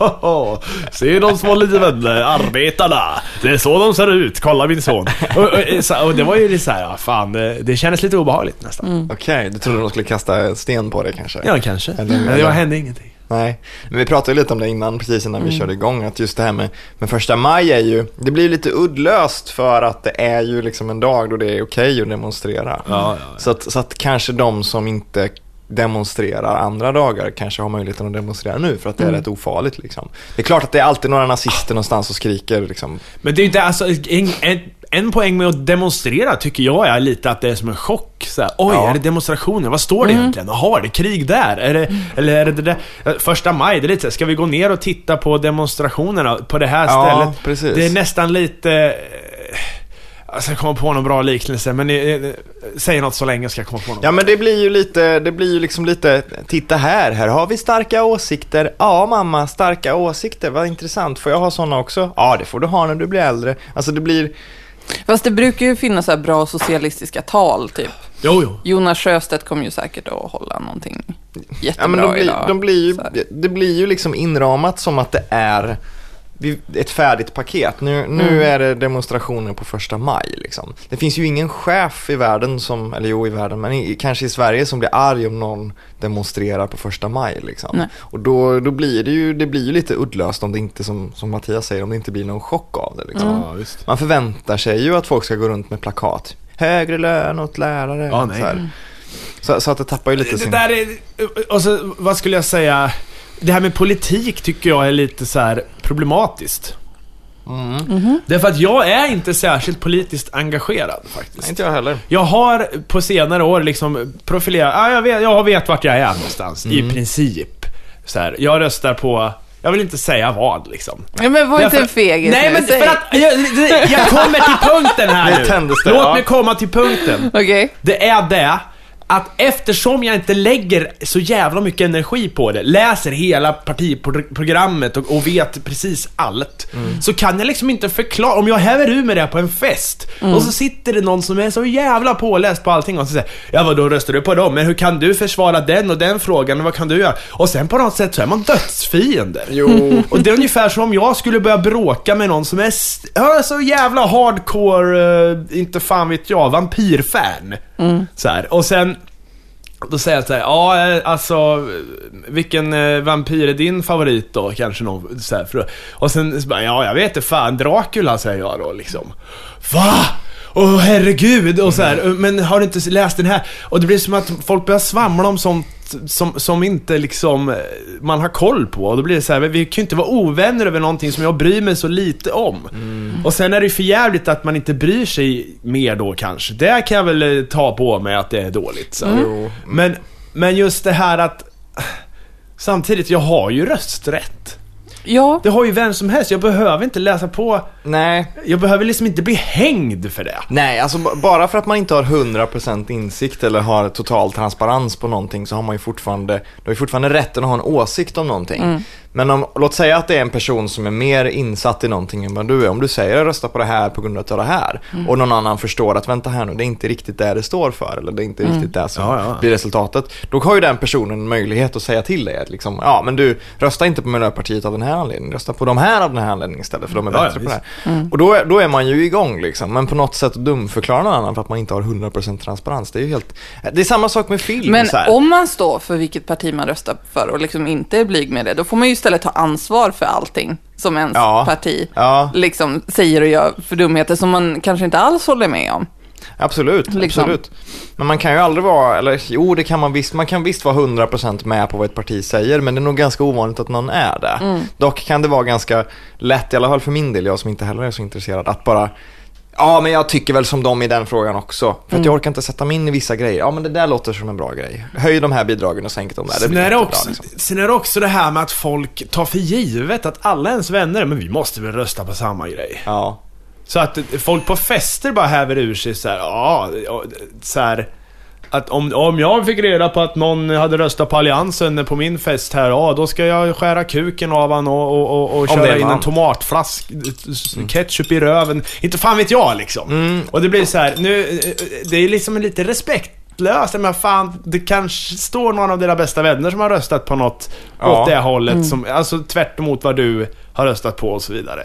Se de små liven, arbetarna. Det är så de ser ut. Kolla min son. Och det var ju så här, fan, det kändes lite obehagligt nästan. Okej, du trodde de skulle kasta sten på det kanske? Ja, kanske. Men det hände ingenting. Nej, men vi pratade lite om det innan, precis innan vi körde igång, att just det här med 1 maj är ju, det blir lite uddlöst för att det är ju liksom en dag då det är okej att demonstrera. Ja. Så att kanske de som inte demonstrerar andra dagar kanske har möjligheten att demonstrera nu för att det är rätt ofarligt liksom. Det är klart att det är alltid några nazister någonstans och skriker liksom. Men det är inte, alltså en poäng med att demonstrera tycker jag är lite att det är som en chock så här, är det demonstrationer? Vad står det egentligen? Jaha, är det krig där? Eller är det där? 1 maj, det är lite så här, ska vi gå ner och titta på demonstrationerna på det här stället? Precis. Det är nästan lite jag kommer på någon bra liknelse, men säg något så länge ska jag komma på något. Ja, men det blir ju liksom lite, titta här har vi starka åsikter. Ja, mamma, starka åsikter, vad intressant. Får jag ha såna också? Ja, det får du ha när du blir äldre. Alltså det blir... Fast det brukar ju finnas så här bra socialistiska tal typ. Jo. Jonas Sjöstedt kommer ju säkert att hålla någonting jättebra idag. Det blir ju liksom inramat som att det är ett färdigt paket. Nu är det demonstrationer på 1 maj liksom. Det finns ju ingen chef i världen men kanske i Sverige som blir arg om någon demonstrerar på 1 maj liksom. Nej. Och då blir det blir ju lite uddlöst om det inte som Mattias säger, om det inte blir någon chock av det liksom. Ja, visst. Man förväntar sig ju att folk ska gå runt med plakat. Högre lön åt lärare. Ja, nej. Så att det tappar ju lite det där är, och så, vad skulle jag säga, det här med politik tycker jag är lite så här problematiskt. Därför att jag är inte särskilt politiskt engagerad faktiskt. Nej, inte jag heller. Jag har på senare år liksom profilerat, jag vet vart jag är någonstans i princip. Så här, jag röstar på, jag vill inte säga vad liksom. Ja, men var inte en fegis. Nej, men för att jag kommer till punkten här nu. Låt mig komma till punkten. Okay. Det är det att eftersom jag inte lägger så jävla mycket energi på det, läser hela partiprogrammet och vet precis allt, så kan jag liksom inte förklara. Om jag häver ur med det på en fest och så sitter det någon som är så jävla påläst på allting och så säger, ja vad då röstar du på dem? Men hur kan du försvara den och den frågan och vad kan du göra? Och sen på något sätt så är man dödsfiender. Jo. Och det är ungefär som om jag skulle börja bråka med någon som är så jävla hardcore, inte fan vet jag, vampyrfan. Så här. Och sen då säger jag så här, ja alltså vilken vampyr är din favorit då? Kanske någon så här, och sen så bara, ja jag vet inte fan, Dracula säger jag då liksom. Va? Åh herregud och så här, men har du inte läst den här? Och det blir som att folk börjar svamla om sånt som inte liksom man har koll på. Och då blir det så här, vi kan ju inte vara ovänner över någonting som jag bryr mig så lite om. Och sen är det för jävligt att man inte bryr sig mer då kanske. Det kan jag väl ta på mig att det är dåligt så. Men just det här att samtidigt, jag har ju rösträtt. Ja. Det har ju vem som helst. Jag behöver inte läsa på. Nej. Jag behöver liksom inte bli hängd för det. Nej, alltså bara för att man inte har 100% insikt eller har total transparens på någonting, så har man ju fortfarande rätten att ha en åsikt om någonting. Men låt säga att det är en person som är mer insatt i någonting än vad du är. Om du säger att rösta på det här på grund av det här, och någon annan förstår att vänta här nu, det är inte riktigt det det står för, eller det är inte riktigt det som blir resultatet. Då har ju den personen möjlighet att säga till dig att liksom, ja men du röstar inte på Miljöpartiet av den här anledningen, rösta på de här av den här anledningen istället, för de är bättre på det här. Och då är man ju igång liksom. Men på något sätt dumförklara någon annan för att man inte har 100% transparens. Det är ju helt, det är samma sak med film. Men så här. Om man står för vilket parti man röstar för och liksom inte är blyg med det, då får man ju istället ta ansvar för allting som ens parti liksom säger och gör för dumheter som man kanske inte alls håller med om. Absolut, liksom. Absolut. Men man kan ju aldrig vara, eller jo det kan man visst, man kan visst vara 100% med på vad ett parti säger, men det är nog ganska ovanligt att någon är det. Dock kan det vara ganska lätt, i alla fall för min del, jag som inte heller är så intresserad, att bara, ja men jag tycker väl som dem i den frågan också. För att jag orkar inte sätta mig in i vissa grejer. Ja men det där låter som en bra grej. Höj de här bidragen och sänk dem där. Sen är det också det här med att folk tar för givet att alla ens vänner, men vi måste väl rösta på samma grej. Ja. Så att folk på fester bara häver ur sig så här, så här, att om jag fick reda på att någon hade röstat på Alliansen på min fest här, då ska jag skära kuken av han och köra in en tomatflask ketchup i röven. Inte fan vet jag liksom. Och det blir så här, nu det är liksom lite respektlöst, men fan, det kanske står någon av dina bästa vänner som har röstat på något åt det hållet som, alltså tvärt emot vad du har röstat på och så vidare.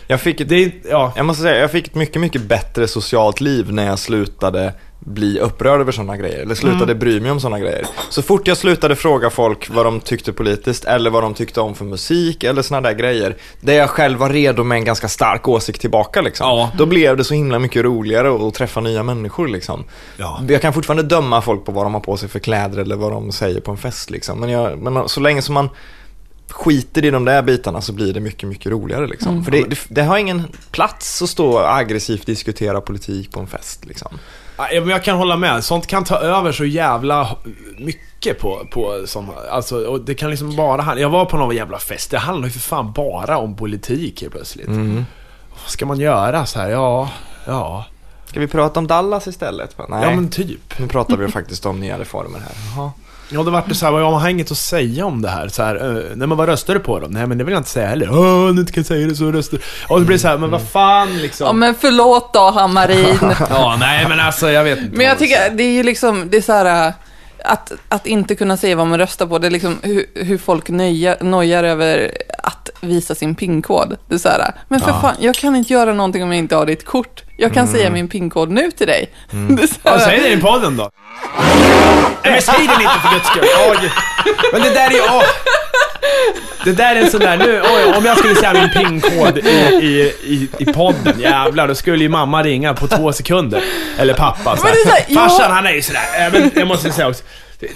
Jag måste säga, jag fick ett mycket, mycket bättre socialt liv när jag slutade bli upprörd över sådana grejer, eller slutade bry mig om sådana grejer. Så fort jag slutade fråga folk vad de tyckte politiskt eller vad de tyckte om för musik eller såna där grejer, där jag själv var redo med en ganska stark åsikt tillbaka liksom. Då blev det så himla mycket roligare att träffa nya människor liksom. Jag kan fortfarande döma folk på vad de har på sig för kläder eller vad de säger på en fest liksom. Men så länge som man skiter i de där bitarna så blir det mycket, mycket roligare liksom. För det har ingen plats att stå och aggressivt diskutera politik på en fest liksom. Men jag kan hålla med. Sånt kan ta över så jävla mycket på sånt. Alltså, och det kan liksom bara jag var på någon jävla fest. Det handlar ju för fan bara om politik helt plötsligt. Vad ska man göra så här? Ja. Ska vi prata om Dallas istället? Nej. Ja men typ. Nu pratar vi faktiskt om nya reformer här. Jaha. Ja, det vart det så här, jag har inget att säga om det här. Så här, nej men vad röstar du på dem? Nej men det vill jag inte säga heller. Nu kan jag säga det så röstar. Och det blir så här, men vad fan liksom. Ja men förlåt då, Hammarin. Nej men alltså jag vet inte. Men jag tycker det är ju liksom, det är så här, att inte kunna säga vad man röstar på. Det är liksom hur folk nojar över att visa sin PIN-kod. Det är så här, men för fan, jag kan inte göra någonting om jag inte har ditt kort. Jag kan säga min PIN-kod nu till dig. Säg det i podden då. Men säg det inte för Guds skull. Men det där är ju... Det där är en sån där nu, om jag skulle säga min PIN-kod i podden, jävlar, då skulle ju mamma ringa på 2 sekunder. Eller pappa så här. Farsan, han är ju sådär. Men jag måste säga också,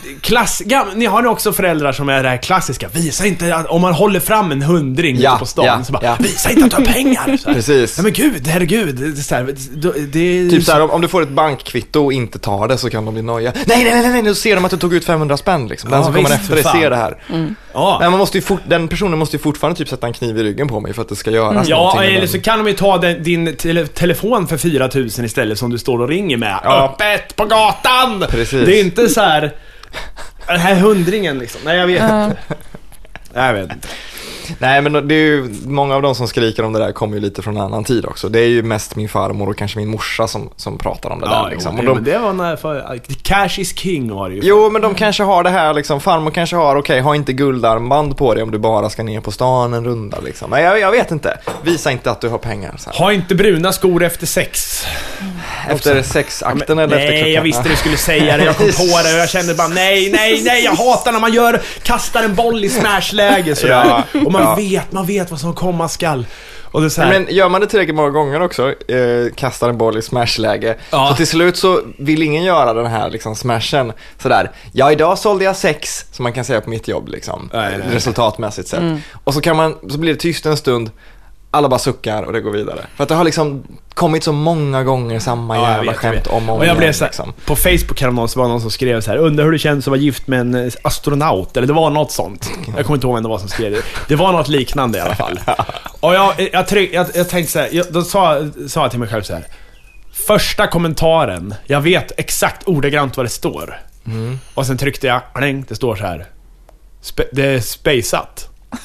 ni har ju också föräldrar som är det här klassiska. Visa inte att, om man håller fram en 100 ute på stan så bara, visa inte att du har pengar så precis. Ja, men gud, herregud det är så här, det typ så här, om du får ett bankkvitto och inte tar det så kan de bli noja. Nej, nu ser de att du tog ut 500 spänn liksom. Den som kommer efter det ser det här. Nej, man måste ju den personen måste ju fortfarande typ sätta en kniv i ryggen på mig för att det ska göras någonting. Eller så kan de ju ta din telefon för 4 000 istället som du står och ringer med. Öppet på gatan. Precis. Det är inte så här den här 100 liksom. Nej, jag vet inte. Jag vet inte. Nej, men det är ju många av de som skriker om det där kommer ju lite från en annan tid också. Det är ju mest min farmor och kanske min morsa som pratar om det där liksom. Jo, men det var när cash is king var det ju. Jo, men de kanske har det här liksom, farmor kanske har ha inte guldarmband på dig om du bara ska ner på stan en runda liksom. Men jag vet inte. Visa inte att du har pengar så här. Ha inte bruna skor efter sex. Efter sexakten eller efter klockan. Nej, jag visste du skulle säga det. Jag kom på det och jag kände bara nej, jag hatar när man kastar en boll i smashläge sådär. Och man vet vad som komma skall. Och det är så här. Men gör man det tillräckligt många gånger också, kastar en boll i smashläge, så till slut så vill ingen göra den här liksom smashen sådär. Ja, idag sålde jag 6, som man kan säga på mitt jobb liksom, resultatmässigt sett. Och så blir det tyst en stund. Alla bara suckar och det går vidare. För att det har liksom kommit så många gånger samma jävla skämt om och jag blev så här, liksom. På Facebook var någon som skrev så här: undrar hur det känns att vara gift med en astronaut. Eller det var något sånt. Jag kommer inte ihåg vem det var som skrev det. Det var något liknande i alla fall. Och jag tänkte så här, då sa jag till mig själv så här: första kommentaren, jag vet exakt ordagrant vad det står. Och sen tryckte jag, det står så här: det är spaceat.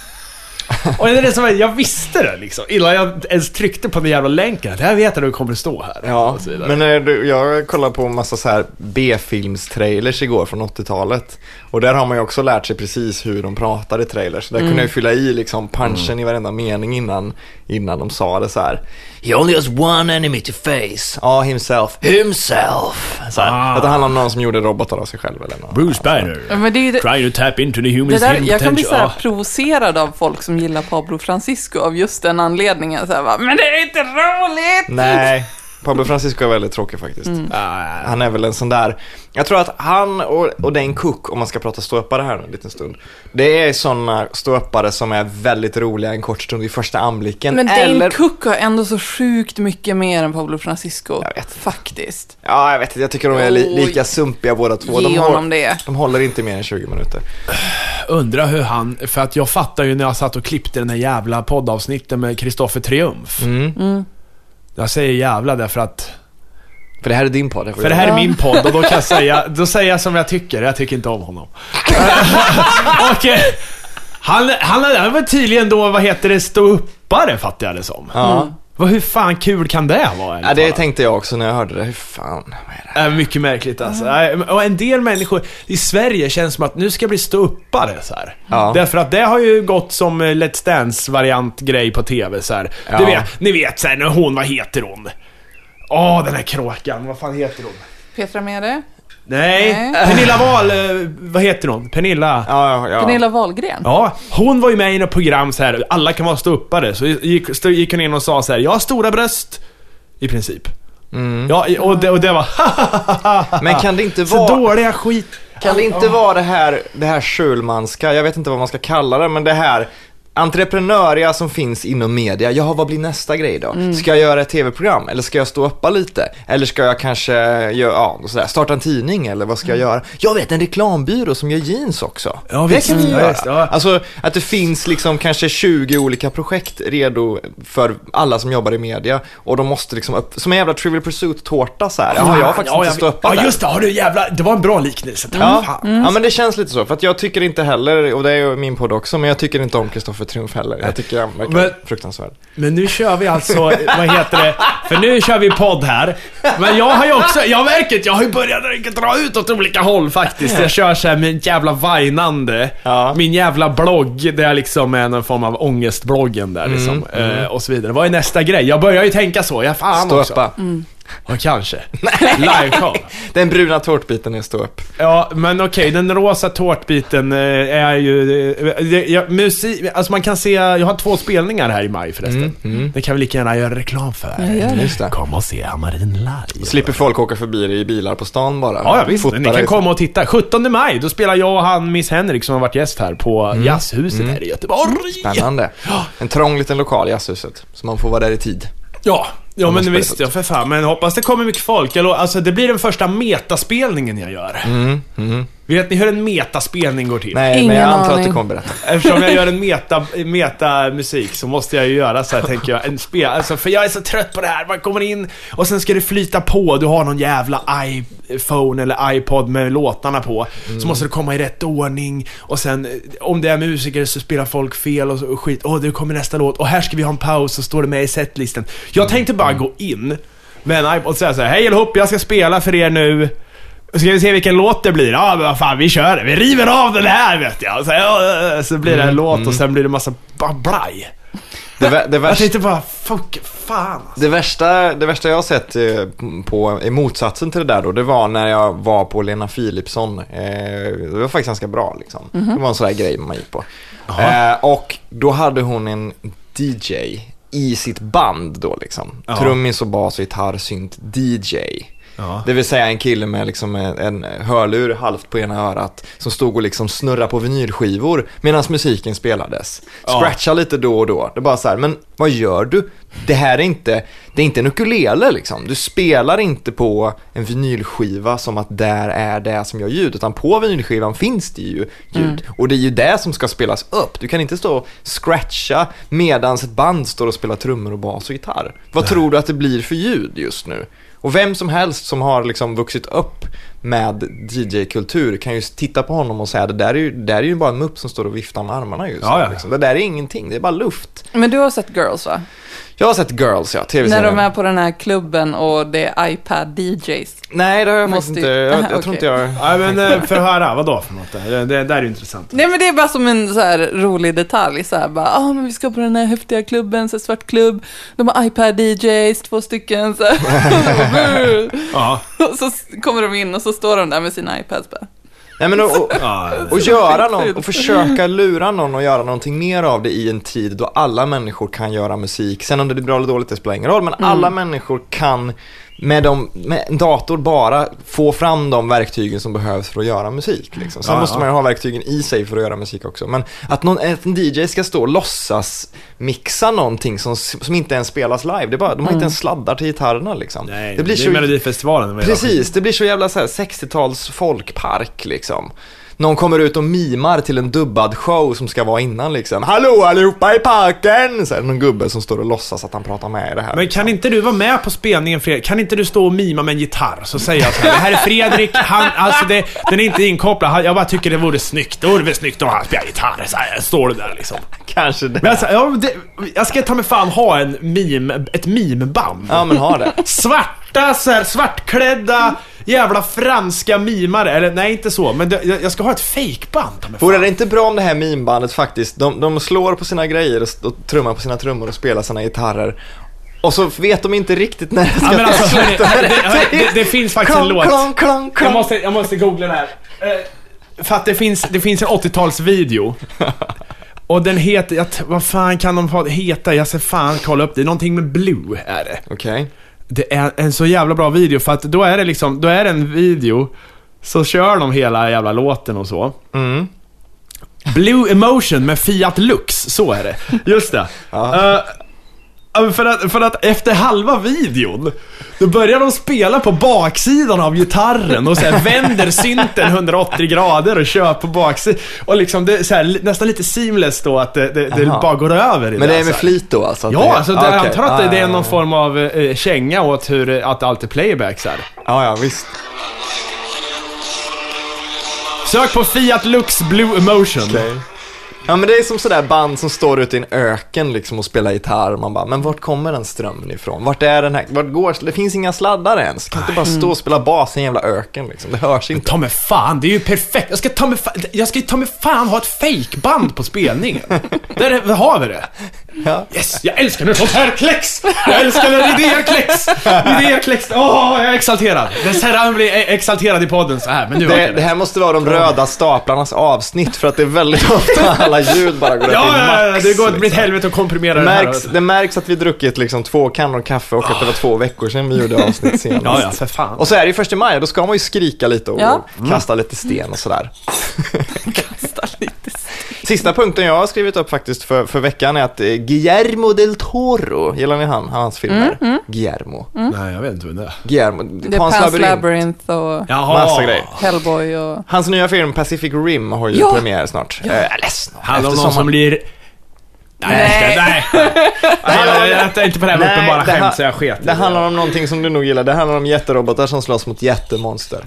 Och det är som jag visste det liksom innan jag ens tryckte på den jävla länken. Det här vet jag att det kommer att stå här. Ja, men jag kollade på en massa så här B-films-trailers igår från 80-talet. Och där har man ju också lärt sig precis hur de pratar i trailers. Där kunde jag fylla i liksom punchen i varenda mening innan de sa det så här: he only has one enemy to face. Himself. Så här. Att det handlar om någon som gjorde robotar av sig själv eller något. Bruce Banner. Men trying to tap into the human potential. Jag kan bli så här provocerad av folk som gillar Pablo Francisco av just den anledningen så här, va? Men det är inte roligt. Nej. Pablo Francisco är väldigt tråkig faktiskt. Han är väl en sån där. Jag tror att han och Dane Cook, om man ska prata ståuppare här en liten stund, det är såna ståuppare som är väldigt roliga en kort stund i första anblicken. Men Dane Cook har ändå så sjukt mycket mer än Pablo Francisco. Jag vet. Faktiskt. Ja, jag vet. Jag tycker de är lika sumpiga båda två. De håller inte mer än 20 minuter. Undrar hur för att jag fattar ju när jag satt och klippte den här jävla poddavsnitten med Kristoffer Triumf. Jag säger jävla därför att... För det här är din podd. För det här är min podd och då kan jag säga som jag tycker inte om honom. Och han var tydligen då, ståuppare, fattar jag det som. Hur fan kul kan det vara? Ja, det tänkte jag också när jag hörde det. Hur fan, vad är det? Mycket märkligt alltså. Och en del människor i Sverige känns som att nu ska bli ståuppare så här. Därför att det har ju gått som Let's Dance-variant grej på tv så här. Ni vet så här, när vad heter hon? Den här kråkan, vad fan heter hon? Petra Mede? Nej. Pernilla vad heter hon? Pernilla Wahlgren. Ja, hon var ju med i något program så här, alla kan vara ståuppare. Så gick hon in och sa så här: jag har stora bröst i princip. Ja, och det var men kan det inte vara så dåliga skit. Kan det inte vara det här Schulmanska, jag vet inte vad man ska kalla det, men det här entreprenöriga som finns inom media. Vad blir nästa grej då? Ska jag göra ett tv-program? Eller ska jag stå uppa lite? Eller ska jag kanske starta en tidning? Eller vad ska jag göra? Jag vet, en reklambyrå som gör jeans också. Det kan vi göra. Alltså att det finns liksom kanske 20 olika projekt redo för alla som jobbar i media. Och de måste liksom som en jävla Trivial Pursuit-tårta så här. Jag har faktiskt inte stå uppa där. Just det, det var en bra liknelse. Ja, men det känns lite så. För att jag tycker inte heller, och det är ju min podd också, men jag tycker inte om Kristoffer Triumf heller. Jag tycker jag verkar fruktansvärd. Men nu kör vi alltså, vad heter det? För nu kör vi podd här. Men jag har ju också, jag har ju börjat dra ut åt olika håll faktiskt. Jag kör så här med en jävla vajnande. Ja. Min jävla blogg, det är liksom en form av ångestbloggen där liksom. Och så vidare. Vad är nästa grej? Jag börjar ju tänka så, jag fan också. Stå upp. Ja, kanske. Live-show. Den bruna tårtbiten är stå upp. Ja, men okej, den rosa tårtbiten är ju musik, alltså man kan se, jag har 2 spelningar här i maj förresten. Det kan vi lika gärna göra reklam för. Just det. Kom och se Hamarin live. Slipper folk åka förbi i bilar på stan bara. Ja, visst. Ni kan komma och titta. 17 maj, då spelar jag och han Miss Henrik som har varit gäst här på Jazzhuset här i Göteborg. Spännande. En trång liten lokal i Jazzhuset, så man får vara där i tid. Ja, men visst, jag för fan. Men hoppas det kommer mycket folk. Alltså, det blir den första metaspelningen jag gör. Vet ni hur en metaspelning går till? Nej, ingen men jag antar aning. att du kommer berätta. Eftersom jag gör en metamusik så måste jag ju göra så här, tänker jag. Alltså, för jag är så trött på det här. Man kommer in och sen ska det flyta på. Du har någon jävla iPhone eller iPod med låtarna på. Så måste det komma i rätt ordning. Och sen, om det är musiker så spelar folk fel och skit. Det kommer nästa låt. Och här ska vi ha en paus och står det med i setlisten. Jag tänkte bara gå in med en iPod och säga så här: hej allihop, jag ska spela för er nu. Ska vi se vilken låt det blir? Ja, men vad fan, vi kör det. Vi river av den här, vet jag. Så blir det en låt och sen blir det massa blaj. Jag tänkte bara, fuck, fan. Det värsta jag har sett på, i motsatsen till det där då, det var när jag var på Lena Philipsson. Det var faktiskt ganska bra liksom. Det var en sån där grej man gick på. Och då hade hon en DJ i sitt band då liksom. Trummis och bas och gitarr, synt, DJ. Det vill säga en kille med liksom en hörlur halvt på ena örat som stod och liksom snurra på vinylskivor medan musiken spelades. Scratcha lite då och då. Det är bara så här, men vad gör du? Det här är inte en ukulele liksom. Du spelar inte på en vinylskiva som att där är det som gör ljud, utan på vinylskivan finns det ju ljud. Och det är ju det som ska spelas upp. Du kan inte stå och scratcha medan ett band står och spelar trummor och bas och gitarr. Vad tror du att det blir för ljud just nu? Och vem som helst som har liksom vuxit upp med DJ-kultur kan ju titta på honom och säga att det där är ju bara en mupp som står och viftar med armarna just. Liksom. Det där är ingenting, det är bara luft. Men du har sett Girls, va? Jag har sett Girls, ja, tv-serien. När de är på den här klubben och det är iPad-DJs. Nej, det har jag faktiskt inte. Jag tror inte jag... Nej, men för höra, vadå för något? Det där är ju intressant. Nej, men det är bara som en så här rolig detalj. Så här bara, men vi ska på den här häftiga klubben, så svart klubb. De har iPad-DJs, 2 stycken. Så. Och så kommer de in och så står de där med sina iPads bara. Nej, men och göra någon, och försöka lura någon och göra någonting mer av det i en tid då alla människor kan göra musik. Sen om det blir bra eller dåligt, det spelar ingen roll, men alla människor kan med en dator bara få fram de verktygen som behövs för att göra musik liksom. Sen måste man ju ha verktygen i sig för att göra musik också. Men att en DJ ska stå och låtsas mixa någonting som inte ens spelas live, det är bara, de har inte ens sladdar till gitarrerna liksom. Nej, det blir så Melodifestivalen. Precis, det blir så jävla så här 60-tals folkpark liksom. Någon kommer ut och mimar till en dubbad show som ska vara innan liksom. Hallå allihopa i parken! Så är det någon gubbe som står och låtsas att han pratar med i det här. Men kan inte du vara med på spelningen, Fredrik? Kan inte du stå och mima med en gitarr? Så säger jag så här: det här är Fredrik, den är inte inkopplad. Jag bara tycker det vore snyggt. Det vore väl snyggt om han spelar gitarr. Så här står det där liksom. Kanske det. Men alltså, jag ska ta mig fan ha ett mimeband. Ja, men ha det. Svarta, så här, svartklädda jävla franska mimare. Eller nej, inte så, men jag ska ha ett fejkband. Vore det inte bra om det här mimbandet faktiskt, de slår på sina grejer och trummar på sina trummor och spelar sina gitarrer, och så vet de inte riktigt när det ska men alltså, det finns faktiskt en låt. Jag måste googla det här. För att det finns en 80-talsvideo. Och den heter, vad fan kan de heta? Jag ska fan kolla upp det. Någonting med Blue är det. Okej. Det är en så jävla bra video, för att då är det en video, så kör de hela jävla låten och så. Blue Emotion med Fiat Lux, så är det. Just det. För att efter halva videon då börjar de spela på baksidan av gitarren och så här vänder synten 180 grader och kör på baksidan. Och liksom det är så här, nästan lite seamless då, att det bara går över i. Men det är med flit då alltså? Ja, alltså jag antar att det är någon form av känga åt att allt är playback så här. Ja, visst. Sök på Fiat Lux Blue Emotion. Okay. Ja, men det är som sådär band som står ute i en öken liksom och spelar gitarr. Man bara, men vart kommer den strömmen ifrån? Vart är den här? Vart går? Det finns inga sladdar ens. Kan inte bara stå och spela bas i en jävla öken liksom. Det hörs inte. Ta mig fan, det är ju perfekt. Jag ska ta mig fan ha ett fejkband på spelningen. Där har vi det. Ja. Yes, jag älskar när sånt här kläcks. Jag älskar när idéer kläcks. Jag är exalterad. Det sällan blir exalterad i podden så här, men nu det här måste vara de röda staplarnas avsnitt, för att det är väldigt ofta alla ljud bara går upp i max. Det går ett helvete att komprimera det här. Det märks att vi druckit liksom 2 kannor kaffe och att det var 2 veckor sedan vi gjorde avsnitt senast. Ja, för fan. Och så är det ju 1 maj, då ska man ju skrika lite och kasta lite sten och sådär. Kasta lite sten. Sista punkten jag har skrivit upp faktiskt för veckan är att Guillermo del Toro, gillar ni hans filmer? Guillermo. Nej, jag vet inte vem det är. Guillermo. Det är Pan's Labyrinth och massa grejer. Hellboy och... Hans nya film Pacific Rim har ju premiär snart. Eller snart. Handlar om någon som blir... Nej. Jag är inte på det här med uppenbara skämt, så jag sket. Det handlar om någonting som du nog gillar. Det handlar om jätterobotar som slåss mot jättemonster.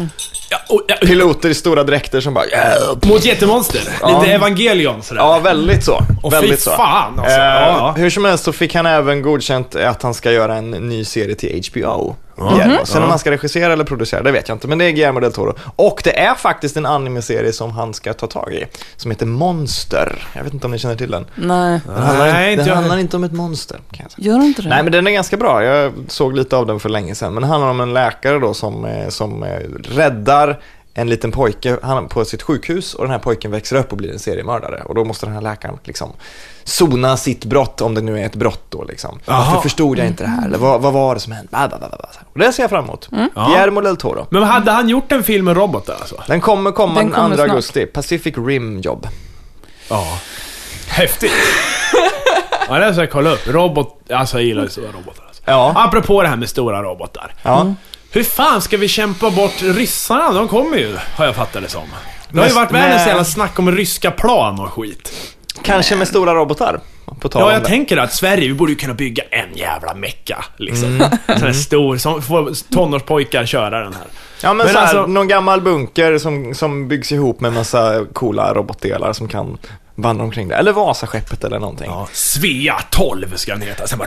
Piloter i stora dräkter som bara... Mot jättemonster. Lite Evangelion sådär. Ja, väldigt så. Väldigt så. Fan alltså. Hur som helst så fick han även godkänt att han ska göra en ny serie till HBO. Sen om han ska regissera eller producera, det vet jag inte. Men det är Guillermo del Toro. Och det är faktiskt en anime-serie som han ska ta tag i, som heter Monster. Jag vet inte om ni känner till den. Nej. Den handlar inte om ett monster, kan jag säga. Gör inte det? Nej, men den är ganska bra. Jag såg lite av den för länge sedan. Men det handlar om en läkare då som räddar en liten pojke på sitt sjukhus, och den här pojken växer upp och blir en seriemördare, och då måste den här läkaren liksom sona sitt brott, om det nu är ett brott då liksom. Varför förstod jag inte det här? Eller vad var det som hände? Och det ser jag fram emot. Guillermo del Toro. Men hade han gjort en film med robotar alltså? Den kommer komma den 2 augusti. Pacific Rim Job. Ja. Häftigt. Ja, det ska jag kolla upp. Alltså jag gillar ju stora robotar alltså. Ja. Apropå det här med stora robotar. Ja. Hur fan ska vi kämpa bort ryssarna? De kommer ju, har jag fattat det som. Det har ju varit världens jävla snack om ryska plan och skit. Kanske med stora robotar. Ja, jag tänker att Sverige, vi borde ju kunna bygga en jävla mecka liksom. En sån här stor, som får tonårspojkar köra den här. Ja, men så här, alltså, någon gammal bunker som byggs ihop med massa coola robotdelar som kan vandra omkring det. Eller Vasaskeppet eller någonting. Ja, Svea 12 ska den heta. Sen bara...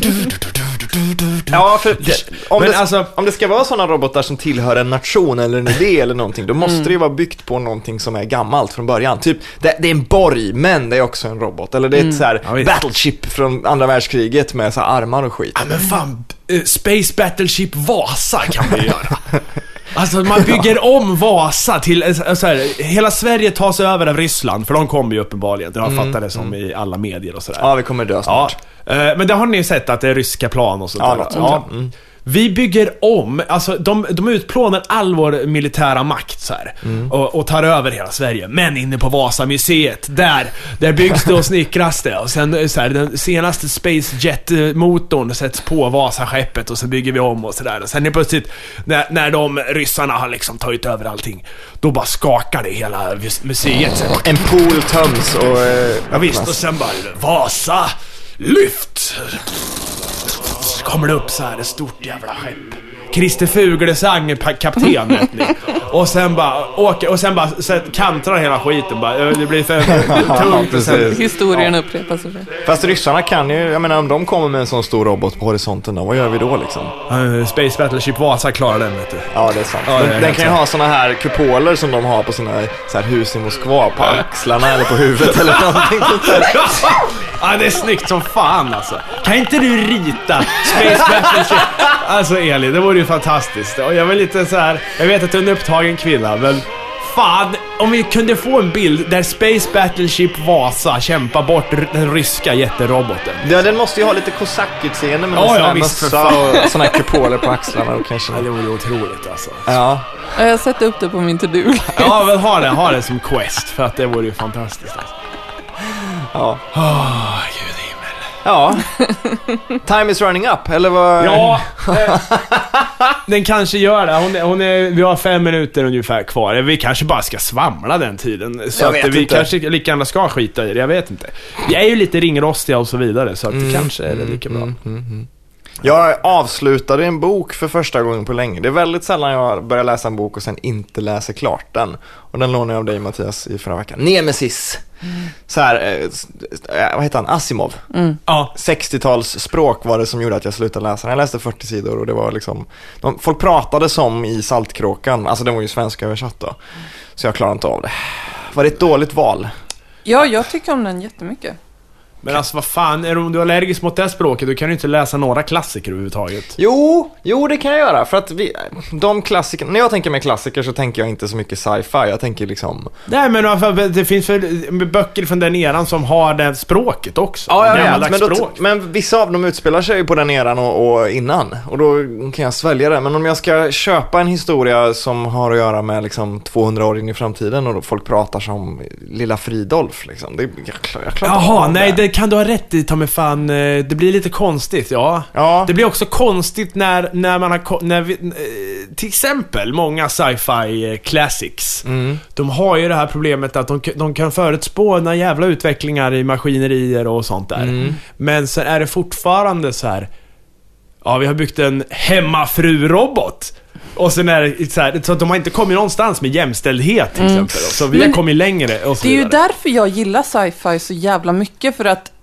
Ja, för om det ska vara sådana robotar som tillhör en nation eller en idé eller någonting, då måste det ju vara byggt på någonting som är gammalt från början. Typ, det är en borg, men det är också en robot. Eller det är ett så här battleship från andra världskriget med så här armar och skit. Ja, men fan, Space Battleship Vasa kan vi göra. Alltså man bygger om Vasa till så här, hela Sverige tas över av Ryssland, för de kommer ju uppenbarligen. Det har fattat det som i alla medier och sådär. Ja, vi kommer dö snart. Men det har ni sett att det är ryska plan och sånt där. Vi bygger om, alltså de utplånar all vår militära makt så här, och tar över hela Sverige. Men inne på Vasamuseet, där byggs det och snickras det. Och sen så här, den senaste Space Jet-motorn sätts på Vasaskeppet, och så bygger vi om och sådär. Och sen är plötsligt, när de ryssarna har liksom tagit över allting, då bara skakar det hela museet. En pool töms och... ja visst, och sen bara Vasa, lyft! Kommer det upp så här ett stort jävla skepp. Christer Fuglesang kapten, vet ni. Och sen bara åker, och sen bara kantrar hela skiten bara. Det blir för tungt. Ja, sen, historien upprepas sig. Fast ryssarna kan ju, jag menar, om de kommer med en sån stor robot på horisonten då, vad gör vi då liksom? Space Battleship Vasa klarar den, vet du. Ja, det är sant. Ja, den kan ju ha såna här kupoler som de har på sina så här hus i Moskva, på axlarna eller på huvudet eller någonting. Ja, det är snyggt som fan alltså. Kan inte du rita Space Battleship? Alltså Eli, det vore ju fantastiskt. Och jag var lite så här, jag vet att du är en upptagen kvinna, men fan, om vi kunde få en bild där Space Battleship Vasa kämpar bort den ryska jätteroboten. Ja, den måste ju ha lite kosackutseende med mössa och såna här kupoler på axlarna och kanske. Ja, det vore otroligt alltså. Ja. Jag sätter upp det på min to-do. Ja, men ha det som quest, för att det vore ju fantastiskt alltså. Ja. Gud i himmel. Ja. Time is running up, eller vad? Ja. Den kanske gör det. Vi har 5 minuter ungefär kvar. Vi kanske bara ska svamla den tiden. Så att vi kanske lika gärna ska skita i det. Jag vet inte. Jag är ju lite ringrostiga och så vidare, så att det kanske är det lika bra. Jag avslutade en bok för första gången på länge. Det är väldigt sällan jag börjar läsa en bok och sen inte läser klart den. Och den lånade jag av dig, Mattias, i förra veckan. Nemesis. Så här, vad heter han? Asimov. Ja. 60-tals språk var det som gjorde att jag slutade läsa. Jag läste 40 sidor och det var liksom... folk pratade som i Saltkråkan. Alltså den var ju svenska översatt då. Så jag klarade inte av det. Var det ett dåligt val? Ja, jag tycker om den jättemycket. Men alltså vad fan, om du är allergisk mot det språket, då kan du inte läsa några klassiker överhuvudtaget. Jo, det kan jag göra. För att de klassiker, när jag tänker med klassiker så tänker jag inte så mycket sci-fi. Jag tänker liksom... Nej, men det finns för böcker från den eran som har det språket också. Ja, jag vet. Men vissa av dem utspelar sig på den eran och innan. Och då kan jag svälja det. Men om jag ska köpa en historia som har att göra med liksom 200 år in i framtiden och då folk pratar som Lilla Fridolf liksom. Jag Jaha, nej, det kan du ha rätt i, ta mig fan. Det blir lite konstigt, ja. Det blir också konstigt när man har till exempel många sci-fi classics. De har ju det här problemet att de kan förutspå några jävla utvecklingar i maskinerier och sånt där. Men så är det fortfarande så här: ja, vi har byggt en hemmafru-robot. Och sen är det så här, så att de har inte kommit någonstans med jämställdhet till exempel. Så vi har kommit längre och så vidare. Det är ju därför jag gillar sci-fi så jävla mycket, för att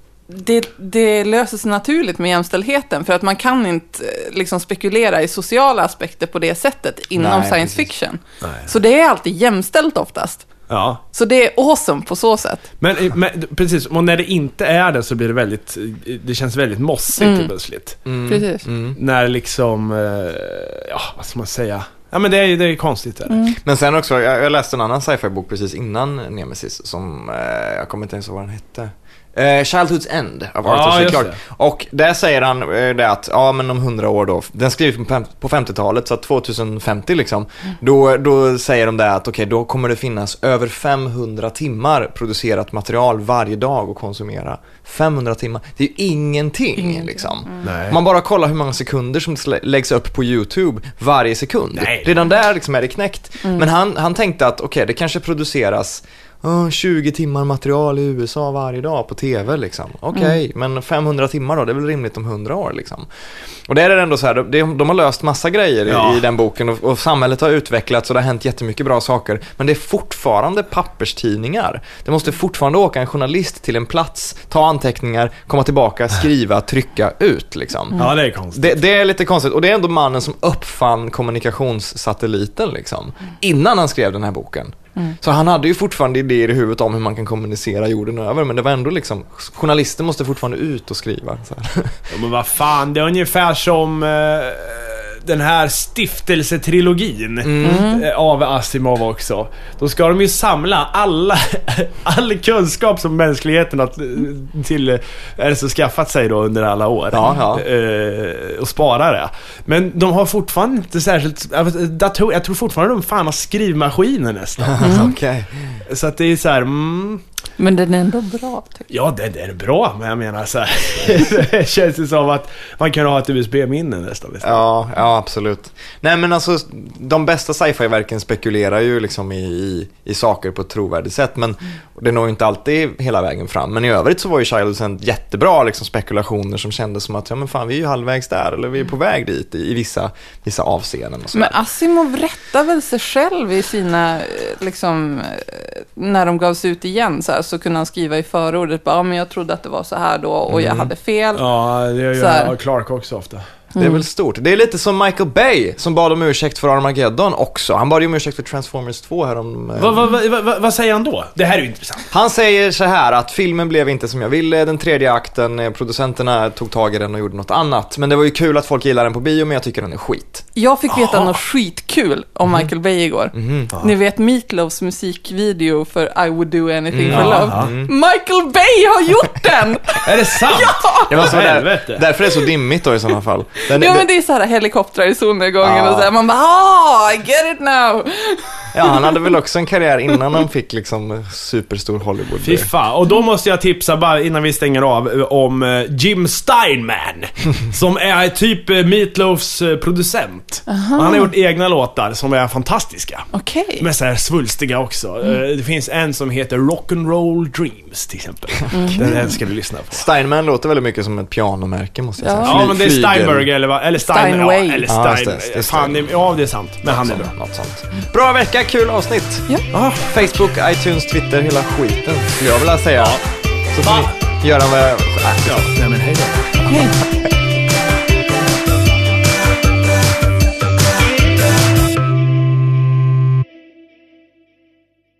det löser sig naturligt med jämställdheten, för att man kan inte liksom spekulera i sociala aspekter på det sättet inom science fiction. Nej. Så det är alltid jämställt oftast. Ja. Så det är awesome på så sätt. Men precis, och när det inte är det så blir det det känns väldigt mossigt plötsligt. Precis. När liksom, ja, vad ska man säga? Ja, men det är konstigt där. Men sen också, jag läste en annan sci-fi-bok precis innan Nemesis som, jag kommer inte ens ihåg vad den hette. Childhood's End av Arthur C. Clarke. Och där säger han det att men om 100 år då, den skrivs på 50-talet, så att 2050 liksom, då säger de det att okej, då kommer det finnas över 500 timmar producerat material varje dag att konsumera. 500 timmar, det är ju ingenting liksom. Nej. Man bara kollar hur många sekunder som läggs upp på YouTube varje sekund. Nej. Redan där liksom är det knäckt. Men han tänkte att okej, det kanske produceras 20 timmar material i USA varje dag på tv liksom. Okej, men 500 timmar då, det är väl rimligt om 100 år liksom. Och det är ändå så här, de har löst massa grejer i den boken och samhället har utvecklats och det har hänt jättemycket bra saker, men det är fortfarande papperstidningar. Det måste fortfarande åka en journalist till en plats, ta anteckningar, komma tillbaka, skriva, trycka ut liksom. Ja, det är konstigt. Det är lite konstigt, och det är ändå mannen som uppfann kommunikationssatelliten liksom, innan han skrev den här boken. Så han hade ju fortfarande idéer i huvudet om hur man kan kommunicera jorden över, men det var ändå liksom, journalister måste fortfarande ut och skriva så här. Ja, men vad fan, det är ungefär som den här stiftelsetrilogin av Asimov också. Då ska de ju samla all kunskap som mänskligheten har skaffat sig då under alla år. Och spara det. Men de har fortfarande inte särskilt dator. Jag tror fortfarande de fan har skrivmaskiner nästan. Okay. Så att det är så här. Men den är ändå bra. Ja, den är bra, men jag menar så här. Det känns ju som att man kan ha ett USB-minne nästan. Ja, absolut. Nej, men alltså de bästa sci-fi-verken spekulerar ju liksom i saker på ett trovärdigt sätt, men det når ju inte alltid hela vägen fram. Men i övrigt så var ju Childhood's End jättebra liksom, spekulationer som kändes som att men fan, vi är ju halvvägs där, eller vi är på väg dit i vissa avseenden och så. Men Asimov rättar väl sig själv i sina liksom, när de gavs ut igen så kunde han skriva i förordet bara, men jag trodde att det var så här då och jag hade fel. Ja, det gör Clark också ofta. Det är väl stort. Det är lite som Michael Bay som bad om ursäkt för Armageddon också. Han bad ju om ursäkt för Transformers 2 här om... Vad säger han då? Det här är ju intressant. Han säger så här att filmen blev inte som jag ville, den tredje akten, producenterna tog tag i den och gjorde något annat. Men det var ju kul att folk gillar den på bio, men jag tycker den är skit. Jag fick veta något skitkul om Michael Bay igår. Ni vet Meatloafs musikvideo för I Would Do Anything for Love. Michael Bay har gjort den! Är det sant? Ja! Det var så därför är det så dimmigt då i sådana fall. Men det är så här helikoptrar i solnedgången och så här, man bara, I get it now. Ja, han hade väl också en karriär innan han fick liksom superstor Hollywood. Fiffa. Och då måste jag tipsa bara innan vi stänger av om Jim Steinman som är typ Meatloafs producent. Han har gjort egna låtar som är fantastiska. Okej. Men så här svulstiga också. Det finns en som heter Rock'n'Roll Dreams till exempel. Den ska du lyssna på. Steinman låter väldigt mycket som ett pianomärke måste jag säga. Ja, men det är Steinberg eller Steinway. eller Stein. Ja, det är sant. Men han är bra. Något sånt. Bra vecka, kul avsnitt. Ja. Facebook, iTunes, Twitter, hela skiten skulle jag vilja säga. Så får ni göra med... Ja, nej men hej då. Hej.